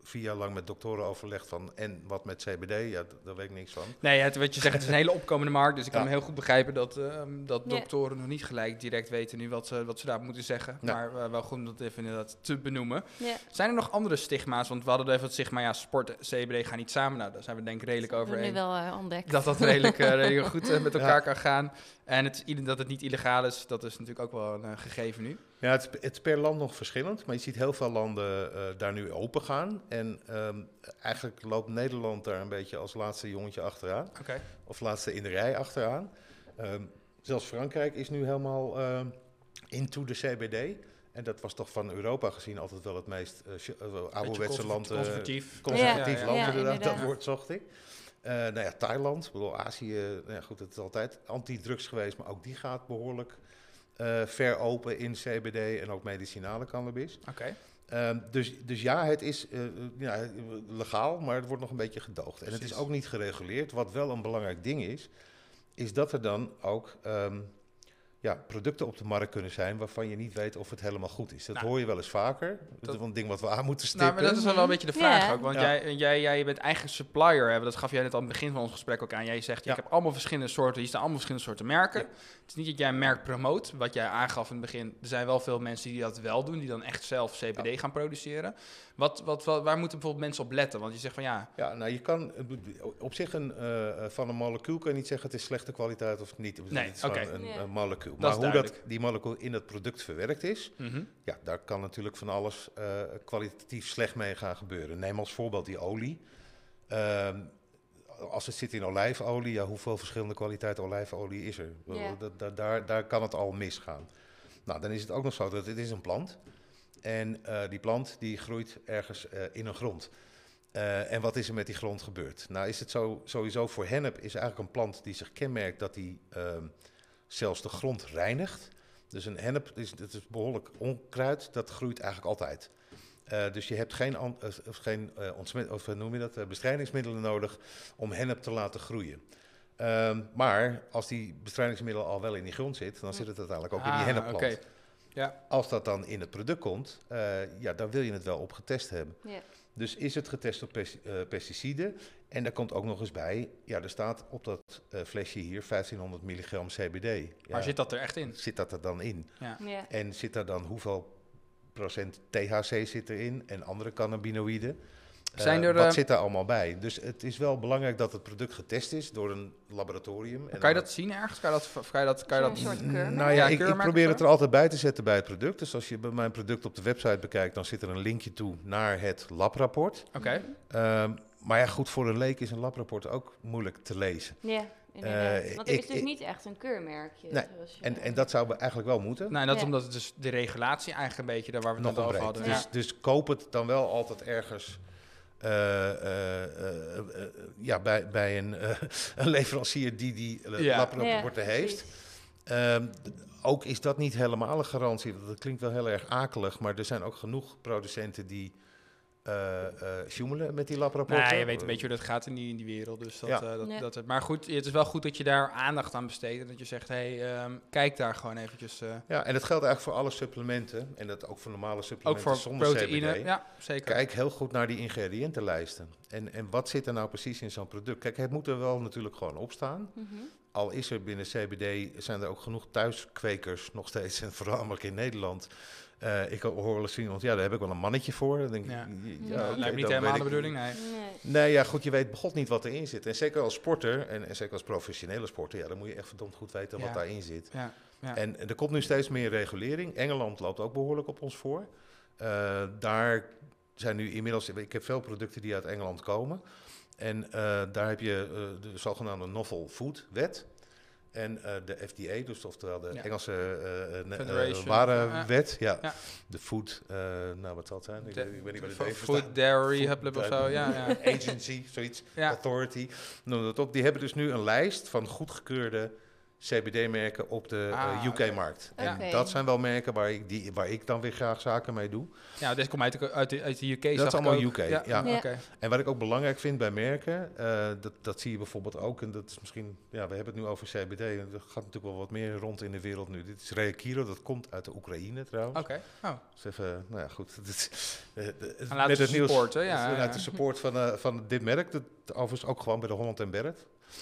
vier jaar lang met doktoren overlegd van en wat met C B D, ja, d- daar weet ik niks van. Nee, het, wat je zegt, het is een hele opkomende markt. Dus ik kan Ja. me heel goed begrijpen dat, uh, dat Ja. doktoren nog niet gelijk direct weten nu wat ze, wat ze daar moeten zeggen. Ja. Maar uh, wel goed om dat even inderdaad te benoemen. Ja. Zijn er nog andere stigma's? Want we hadden even het stigma, ja, sport en C B D gaan niet samen. Nou, daar zijn we denk ik redelijk Dat hebben over we nu eens. wel uh, ontdekt. Dat dat redelijk, uh, redelijk goed uh, met elkaar Ja. kan gaan. En het, is- dat het niet illegaal is, dat is natuurlijk ook wel een uh, gegeven nu. Ja, het, is- het is per land nog verschillend, maar je ziet heel veel landen uh, daar nu open gaan. En um, eigenlijk loopt Nederland daar een beetje als laatste jongetje achteraan. Oké. Okay. Of laatste in de rij achteraan. Um, zelfs Frankrijk is nu helemaal uh, into de C B D. En dat was toch van Europa gezien altijd wel het meest uh, sh- uh, ouderwetse land. Uh, Conservatief. Conservatief Ja, land, ja, inderdaad. inderdaad. Dat woord zocht ik. Uh, nou ja, Thailand, ik bedoel, Azië, nou ja, goed, het is altijd anti-drugs geweest, maar ook die gaat behoorlijk uh, ver open in C B D en ook medicinale cannabis. Oké. Okay. Um, dus, dus ja, het is uh, ja, legaal, maar het wordt nog een beetje gedoogd. En Precies. het is ook niet gereguleerd. Wat wel een belangrijk ding is, is dat er dan ook um, ja, producten op de markt kunnen zijn waarvan je niet weet of het helemaal goed is. Dat nou, hoor je wel eens vaker. Dat, dat is wel een ding wat we aan moeten stippen. Nou, maar dat is wel een beetje de vraag Ja. ook. Want Ja. jij, jij, jij bent eigen supplier. Hè? Dat gaf jij net aan het begin van ons gesprek ook aan. Jij zegt, Ja. ik heb allemaal verschillende soorten. Hier staan allemaal verschillende soorten merken. Ja. Het is niet dat jij een merk promoot. Wat jij aangaf in het begin. Er zijn wel veel mensen die dat wel doen. Die dan echt zelf C B D Ja. gaan produceren. Wat, wat, wat, waar moeten bijvoorbeeld mensen op letten? Want je zegt van ja... Ja, nou je kan op zich een, uh, van een molecuul kan je niet zeggen het is slechte kwaliteit of niet. Nee, het is gewoon oké. een, Ja. een molecuul. Dat Maar is hoe dat, duidelijk. die molecuul in het product verwerkt is, Mm-hmm. ja, daar kan natuurlijk van alles uh, kwalitatief slecht mee gaan gebeuren. Neem als voorbeeld die olie. Uh, als het zit in olijfolie, ja, hoeveel verschillende kwaliteiten olijfolie is er? Ja. Dat, dat, daar, daar kan het al misgaan. Nou, dan is het ook nog zo dat het is een plant. En uh, die plant die groeit ergens uh, in een grond. Uh, en wat is er met die grond gebeurd? Nou is het zo, sowieso voor hennep is eigenlijk een plant die zich kenmerkt dat die uh, zelfs de grond reinigt. Dus een hennep, is, dat is behoorlijk onkruid, dat groeit eigenlijk altijd. Uh, dus je hebt geen, an, uh, geen uh, ontsmet, of, uh, noem je dat, uh, bestrijdingsmiddelen nodig om hennep te laten groeien. Uh, maar als die bestrijdingsmiddel al wel in die grond zit, dan zit het uiteindelijk ook ah, in die hennepplant. Okay. Ja. Als dat dan in het product komt, uh, ja, dan wil je het wel op getest hebben. Ja. Dus is het getest op pes, uh, pesticiden? En daar komt ook nog eens bij, ja, er staat op dat uh, flesje hier vijftienhonderd milligram C B D. Ja, Maar zit dat er echt in? Zit dat er dan in? Ja. Ja. En zit daar dan hoeveel procent T H C zit erin en andere cannabinoïden? Zijn Uh, er, wat uh, zit daar allemaal bij? Dus het is wel belangrijk dat het product getest is door een laboratorium. En Kan je dan- dat zien ergens? Kan je dat... Kan je dat, kan je Zo'n dat soort keurmerk? Nou ja, Ja, ik, ik keurmerk probeer of het zo? er altijd bij te zetten bij het product. Dus als je bij mijn product op de website bekijkt, dan zit er een linkje toe naar het labrapport. Oké. Okay. Um, maar ja, goed, voor een leek is een labrapport ook moeilijk te lezen. Ja, inderdaad. Uh, Want er ik- is dus ik- niet echt een keurmerkje. Nee, zoals je- En, en dat zou eigenlijk wel moeten. Nou, en dat is Ja. omdat het dus de regulatie eigenlijk een beetje, daar waar we het Nog net over ontbreekt. hadden. Dus, Ja. dus koop het dan wel altijd ergens uh, uh, uh, uh, ja, bij, bij een, uh, een leverancier die die uh, Ja. labrapporten Ja, heeft. Um, d- ook is dat niet helemaal een garantie. want Dat klinkt wel heel erg akelig, maar er zijn ook genoeg producenten die uh, uh, sjoemelen met die labrapporten. Nou, je weet een beetje hoe dat gaat in die, in die wereld. Dus dat, Ja. uh, dat, Ja. dat, maar goed, het is wel goed dat je daar aandacht aan besteedt. En dat je zegt, hé, hey, um, kijk daar gewoon eventjes. Uh, Ja, en dat geldt eigenlijk voor alle supplementen. En dat ook voor normale ook supplementen voor zonder proteïne. C B D. Ja, zeker. Kijk heel goed naar die ingrediëntenlijsten. En, en wat zit er nou precies in zo'n product? Kijk, het moet er wel natuurlijk gewoon op staan. Mhm. Al is er binnen C B D, zijn er ook genoeg thuiskwekers nog steeds. En voornamelijk in Nederland. Uh, ik hoor wel eens zien, want ja, daar heb ik wel een mannetje voor. Dan denk ik, Ja. ja, Ja, Ja, oké, lijkt me niet dan helemaal weet de ik- bedoeling, nee. Nee. Nee, ja, goed, je weet begot niet wat erin zit. En zeker als sporter, en, en zeker als professionele sporter, ja, dan moet je echt verdomd goed weten Ja. wat daarin zit. Ja, ja. En, en er komt nu steeds meer regulering. Engeland loopt ook behoorlijk op ons voor. Uh, daar zijn nu inmiddels, ik heb veel producten die uit Engeland komen. En uh, daar heb je uh, de zogenaamde Novel Food Wet. En uh, de F D A, dus oftewel de Ja. Engelse uh, uh, Federation. uh, warenwet. Ja. Ja. De Food, uh, nou wat zal het zijn? Ik, De- weet, ik weet niet wat het Food, even staat. food Dairy, Food, Hublub of uh, zo, ja. ja. Agency, zoiets. Ja. Authority, noem dat op. Die hebben dus nu een lijst van goedgekeurde C B D-merken op de Ah, uh, U K-markt. okay. En Oké. dat zijn wel merken waar ik, die, waar ik dan weer graag zaken mee doe. Ja, deze komt uit de, uit de, uit de U K. Dat zag is ik allemaal ook. U K, ja. Ja, Ja. oké. En wat ik ook belangrijk vind bij merken, uh, dat, dat zie je bijvoorbeeld ook, en dat is misschien, ja, we hebben het nu over C B D, en er gaat natuurlijk wel wat meer rond in de wereld nu. Dit is Reakiro, dat komt uit de Oekraïne trouwens. Oké. Oh. Dus even, nou ja, goed. Dit is, uh, de- En laten met we het nieuws, supporten, ja, uit ja. de support van, uh, van dit merk, dat overigens ook gewoon bij de Holland en Barrett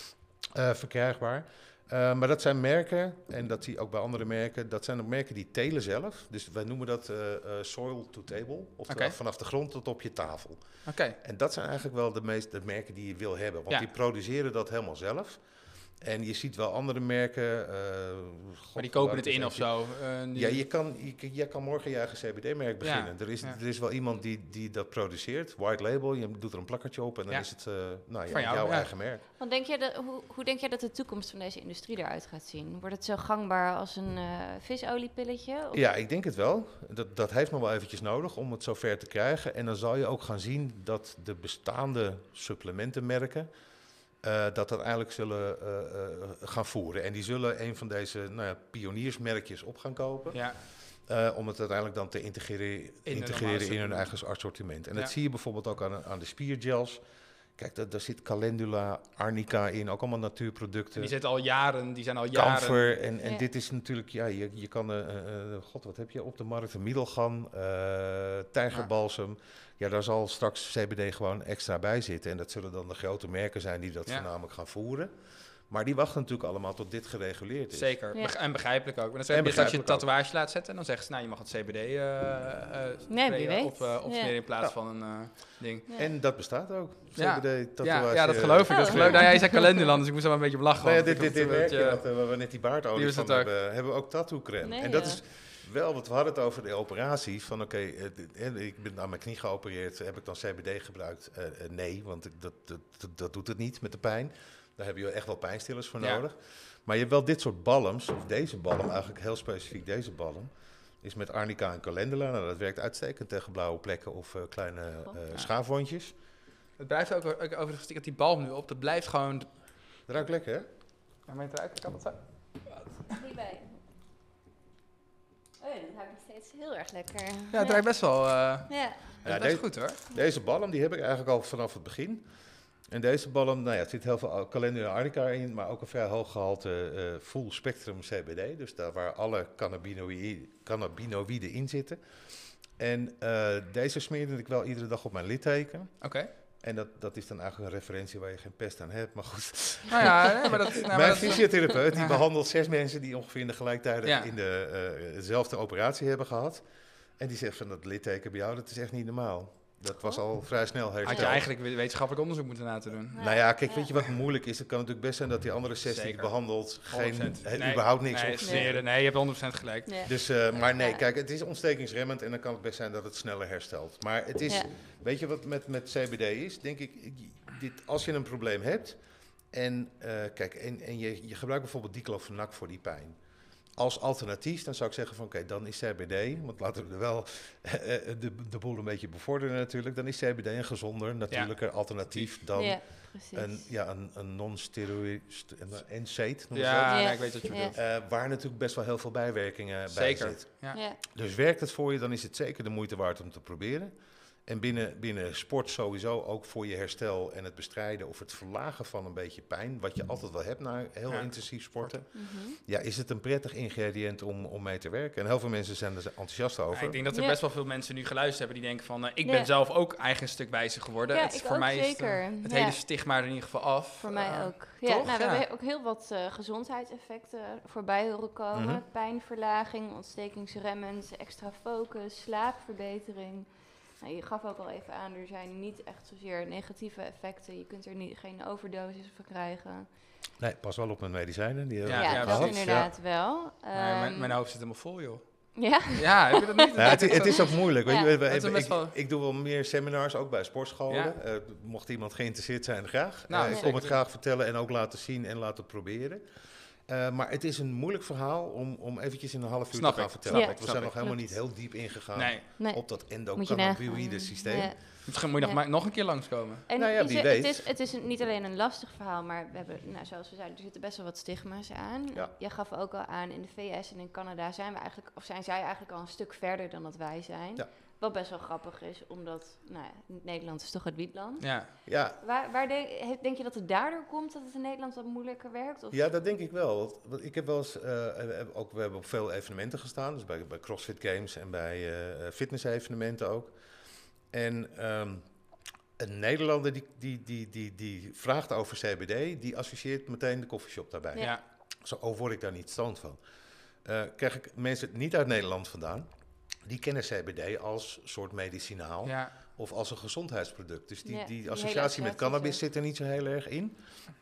uh, verkrijgbaar. Uh, maar dat zijn merken, en dat zie je ook bij andere merken, dat zijn ook merken die telen zelf. Dus wij noemen dat uh, uh, soil to table, oftewel Oké. vanaf de grond tot op je tafel. Oké. En dat zijn eigenlijk wel de meeste de merken die je wil hebben, want Ja. die produceren dat helemaal zelf. En je ziet wel andere merken. Uh, God, Maar die kopen laat het ik in eens of even- zo. eh, die- Ja, je kan, je, je kan morgen je eigen C B D-merk beginnen. Ja, Er, is, ja. er is wel iemand die, die dat produceert, white label. Je doet er een plakkertje op en dan Ja. is het uh, nou, ja, Van jou, jouw ja. eigen merk. Want denk je dat, hoe, hoe denk jij dat de toekomst van deze industrie eruit gaat zien? Wordt het zo gangbaar als een uh, visoliepilletje? Of- Ja, ik denk het wel. Dat, dat heeft nog wel eventjes nodig om het zover te krijgen. En dan zal je ook gaan zien dat de bestaande supplementenmerken uh, dat dat eigenlijk zullen uh, uh, gaan voeren. En die zullen een van deze nou ja, pioniersmerkjes op gaan kopen. Ja. Uh, om het uiteindelijk dan te integreren, In de integreren normale in hun eigen supplement. assortiment. En Ja. dat zie je bijvoorbeeld ook aan, aan de spiergels. Kijk, daar, daar zit calendula, arnica in, ook allemaal natuurproducten. En die zitten al jaren, die zijn al jaren... Kamfer. En, en Ja. dit is natuurlijk, ja, je, je kan, uh, uh, god, wat heb je op de markt? Een middelgan, uh, tijgerbalsem. Ja, daar zal straks C B D gewoon extra bij zitten. En dat zullen dan de grote merken zijn die dat Ja. voornamelijk gaan voeren. Maar die wachten natuurlijk allemaal tot dit gereguleerd is. Zeker, Ja. Beg- en begrijpelijk ook. Want dan En heb je straks je begrijpelijk ook. tatoeage laat zetten en dan zeggen ze, nou, je mag het C B D uh, uh, Nee, wie weet. op, uh, opsmeren Ja. in plaats Ja. van een uh, ding. Ja. En dat bestaat ook. Ja. C B D-tatoeage. Ja, ja, dat geloof ik. Dat Oh. geloof, nou, jij zei kalenderland, dus ik moest er wel een beetje op lachen. Nou ja, want dit, ik dit, dit vond het merkje, een beetje- wat, uh, waar we net die baardolie Die is van het ook. hebben, hebben we ook tattoo crème. Nee, en dat ja. is wel, wat we hadden het over de operatie. Van oké, okay, uh, ik ben aan mijn knie geopereerd. Heb ik dan C B D gebruikt? Uh, uh, nee, want ik, dat, dat, dat, dat doet het niet met de pijn. Daar heb je echt wel pijnstillers voor Ja. nodig. Maar je hebt wel dit soort balms, of deze balm, eigenlijk heel specifiek deze balm, is met arnica en calendula. Nou, dat werkt uitstekend tegen blauwe plekken of uh, kleine uh, Ja. schaafwondjes. Het blijft ook, ook overigens, ik heb die balm nu op, dat blijft gewoon... Dat ruikt lekker, hè? Ja, maar het ruikt, kan dat zo? Hierbij. Oh ja, dat ruikt nog steeds heel erg lekker. Ja, het ruikt best wel... Uh, Ja. ja, best deze- goed hoor. Deze balm die heb ik eigenlijk al vanaf het begin. En deze balm, nou ja, er zit heel veel calendula arnica in, maar ook een vrij hoog gehalte uh, full spectrum C B D. Dus daar waar alle cannabinoïden, cannabinoïden in zitten. En uh, deze smeerde ik wel iedere dag op mijn litteken. Oké. En dat, dat is dan eigenlijk een referentie waar je geen pest aan hebt, maar goed. Nou ja, nee, maar dat... Nou, maar Mijn dat fysiotherapeut die Ja. behandelt zes mensen die ongeveer in de gelijktijdig Ja. in de, uh, dezelfde operatie hebben gehad. En die zegt van dat litteken bij jou, dat is echt niet normaal. Dat was al vrij snel hersteld. had je eigenlijk wetenschappelijk onderzoek moeten laten doen. Nou ja, kijk, Ja. weet je wat moeilijk is? Het kan natuurlijk best zijn dat die andere zes die je Zeker. behandelt geen, honderd procent. he- überhaupt niks nee, opsmeren. smeren. Nee, je hebt honderd procent gelijk. Ja. Dus, uh, maar nee, Ja. kijk, het is ontstekingsremmend en dan kan het best zijn dat het sneller herstelt. Maar het is, Ja. weet je wat met, met C B D is? Denk ik, ik- dit, als je een probleem hebt en, uh, kijk, en, en je, je gebruikt bijvoorbeeld diclofenac voor die pijn. Als alternatief, dan zou ik zeggen van oké, okay, dan is C B D, want laten we er wel uh, de, de boel een beetje bevorderen natuurlijk, dan is C B D een gezonder, natuurlijker alternatief dan Ja, precies. een, ja, een, een non-steroïd, een N SAID noemen ze Ja, Ja. nee, ik weet wat je Ja. bedoelt. dat. Uh, waar natuurlijk best wel heel veel bijwerkingen Zeker. bij zitten. Ja. Ja. Dus werkt het voor je, dan is het zeker de moeite waard om te proberen. En binnen, binnen sport sowieso ook voor je herstel en het bestrijden of het verlagen van een beetje pijn, wat je altijd wel hebt na heel Ja. intensief sporten, Mhm. ja, is het een prettig ingrediënt om, om mee te werken. En heel veel mensen zijn er enthousiast over. Ja, ik denk dat er Ja. best wel veel mensen nu geluisterd hebben die denken van... eh, ik Ja. ben zelf ook eigen een stuk wijzer geworden. Ja, het, ik voor ook mij is het, zeker. eh, het Ja. hele stigma er in ieder geval af. Voor mij Eh, ook. Ja, toch? nou, we Ja. hebben ook heel wat uh, gezondheidseffecten voorbij horen komen. Mhm. Pijnverlaging, ontstekingsremmend, extra focus, slaapverbetering. Nou, je gaf ook al even aan, er zijn niet echt zozeer negatieve effecten. Je kunt er niet, geen overdosis van krijgen. Nee, pas wel op mijn medicijnen. Die Ja, Ja, hebben we dat gehad. inderdaad wel. nee, mijn, Ehm, mijn hoofd zit helemaal vol, joh. Ja, Ja, heb je dat niet? Ja, het, het is ook moeilijk. Weet Ja. je, we- we- Dat is ik, best wel- ik, ik doe wel meer seminars, ook bij sportscholen. Ja. Eh, mocht iemand geïnteresseerd zijn, graag. Nou, Eh, ik zeker. kom het graag vertellen en ook laten zien en laten proberen. Uh, maar het is een moeilijk verhaal om, om eventjes in een half uur Snap te gaan ik. vertellen. Ja. Want we Snap zijn ik. nog helemaal Klopt. niet heel diep ingegaan Nee. Nee. op dat Moet je endocannabinoïde nagaan. systeem. Ja. Misschien moet je nog, Ja. maar nog een keer langskomen. En Nou ja, is wie het, weet. Het is, het is een- niet alleen een lastig verhaal, maar we hebben, nou, zoals we zeiden, er zitten best wel wat stigma's aan. Ja. Jij gaf ook al aan, in de V S en in Canada zijn we eigenlijk, of zijn zij eigenlijk al een stuk verder dan dat wij zijn. Ja. Wat best wel grappig is, omdat nou ja, Nederland is toch het wietland. Ja. Ja, Waar, waar de- he- denk je dat het daardoor komt dat het in Nederland wat moeilijker werkt? Of? ja, dat denk ik wel. Want, want ik heb wel eens, uh, we hebben ook, we hebben op veel evenementen gestaan. Dus bij, bij CrossFit Games en bij uh, fitness-evenementen ook. En um, een Nederlander die, die, die, die, die vraagt over C B D, die associeert meteen de koffieshop daarbij. Ja. Ja. Zo oh, word ik daar niet stoned van. Uh, krijg ik mensen niet uit Nederland vandaan, die kennen C B D als soort medicinaal Ja. of als een gezondheidsproduct. Dus die, Ja, die die hele associatie met associatie cannabis zo. zit er niet zo heel erg in.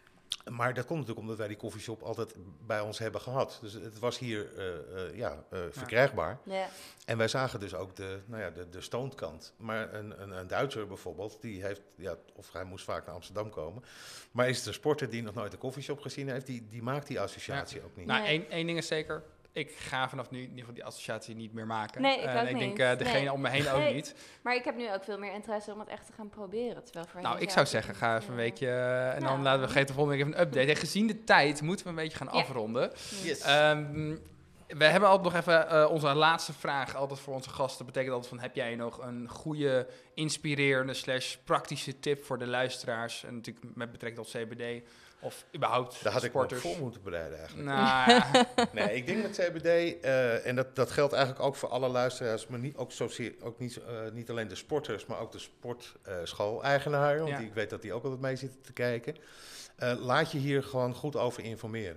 Maar dat komt natuurlijk omdat wij die koffieshop altijd bij ons hebben gehad. Dus het was hier uh, uh, ja, uh, verkrijgbaar. Ja. En wij zagen dus ook de, nou ja, de, de stoned kant. Maar een, een, een Duitser bijvoorbeeld, die heeft, ja, of hij moest vaak naar Amsterdam komen. Maar is het een sporter die nog nooit een koffieshop gezien heeft, die, die maakt die associatie ook niet. Nou, Nee. één, één ding is zeker. Ik ga vanaf nu in ieder geval die associatie niet meer maken. Nee, ik Eh, ook en ik denk niet. uh, degene Nee. om me heen ook Nee. niet. Maar ik heb nu ook veel meer interesse om het echt te gaan proberen. Terwijl voorheen Nou, ik zou zou zeggen, ga even een ja. weekje uh, en dan Ja. laten we geven de volgende week even een update. En gezien de tijd moeten we een beetje gaan Ja. afronden. Yes. Um, we hebben altijd nog even uh, onze laatste vraag altijd voor onze gasten. Betekent altijd van, heb jij nog een goede, inspirerende slash praktische tip voor de luisteraars? En natuurlijk met betrekking tot C B D of überhaupt Daar had sporters. ik me voor moeten bereiden eigenlijk. Nou ja, Nee, ik denk dat C B D, uh, en dat, dat geldt eigenlijk ook voor alle luisteraars, maar niet, ook, zozeer, ook niet, uh, niet alleen de sporters, maar ook de sportschool-eigenaren, want Ja. die, ik weet dat die ook altijd mee zitten te kijken. Uh, laat je hier gewoon goed over informeren.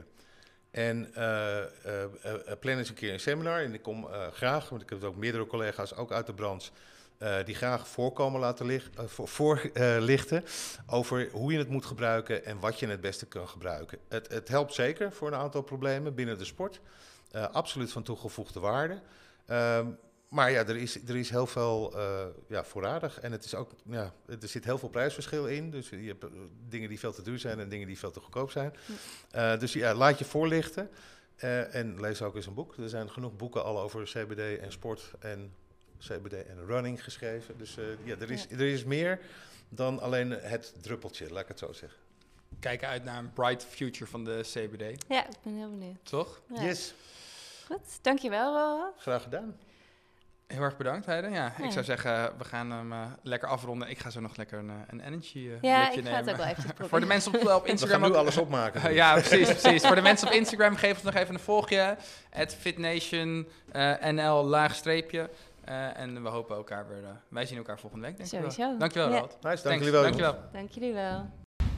En uh, uh, uh, plan eens een keer een seminar, en ik kom uh, graag, want ik heb ook meerdere collega's, ook uit de branche, Uh, die graag voorkomen laten lig, uh, voor, voor, uh, lichten over hoe je het moet gebruiken en wat je het beste kan gebruiken. Het, het helpt zeker voor een aantal problemen binnen de sport. Uh, absoluut van toegevoegde waarde. Uh, maar ja, er is, er is heel veel uh, ja, voorradig en het is ook, ja, er zit heel veel prijsverschil in. Dus je hebt uh, dingen die veel te duur zijn en dingen die veel te goedkoop zijn. Uh, dus ja, laat je voorlichten uh, en lees ook eens een boek. Er zijn genoeg boeken al over C B D en sport en C B D en running geschreven. Dus uh, ja, er is, ja. er is meer dan alleen het druppeltje, laat ik het zo zeggen. kijken uit naar een bright future van de C B D. Ja, ik ben heel benieuwd. Toch? Ja. Yes, Goed, dankjewel Roel. graag gedaan. Heel erg bedankt, Heide. Ja, Ja. ik zou zeggen, we gaan hem uh, lekker afronden. Ik ga zo nog lekker een, uh, een energy uh, Ja, blikje ik ga nemen. het ook wel even proberen. Voor de mensen op, op We Instagram gaan nu ook- alles opmaken. dus. ja, precies, precies. Voor de mensen op Instagram, geef ons nog even een volgje. at fitnation uh, N L laagstreepje. Uh, en we hopen elkaar weer... Uh, wij zien elkaar volgende week, denk ik wel. Sowieso. Dankjewel, Ja. Roald. Nice, dank Thanks. jullie wel. Dankjewel. Dank jullie wel.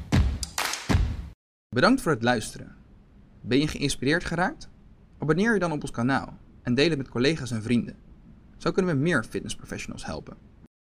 Bedankt voor het luisteren. Ben je geïnspireerd geraakt? Abonneer je dan op ons kanaal en deel het met collega's en vrienden. Zo kunnen we meer fitnessprofessionals helpen.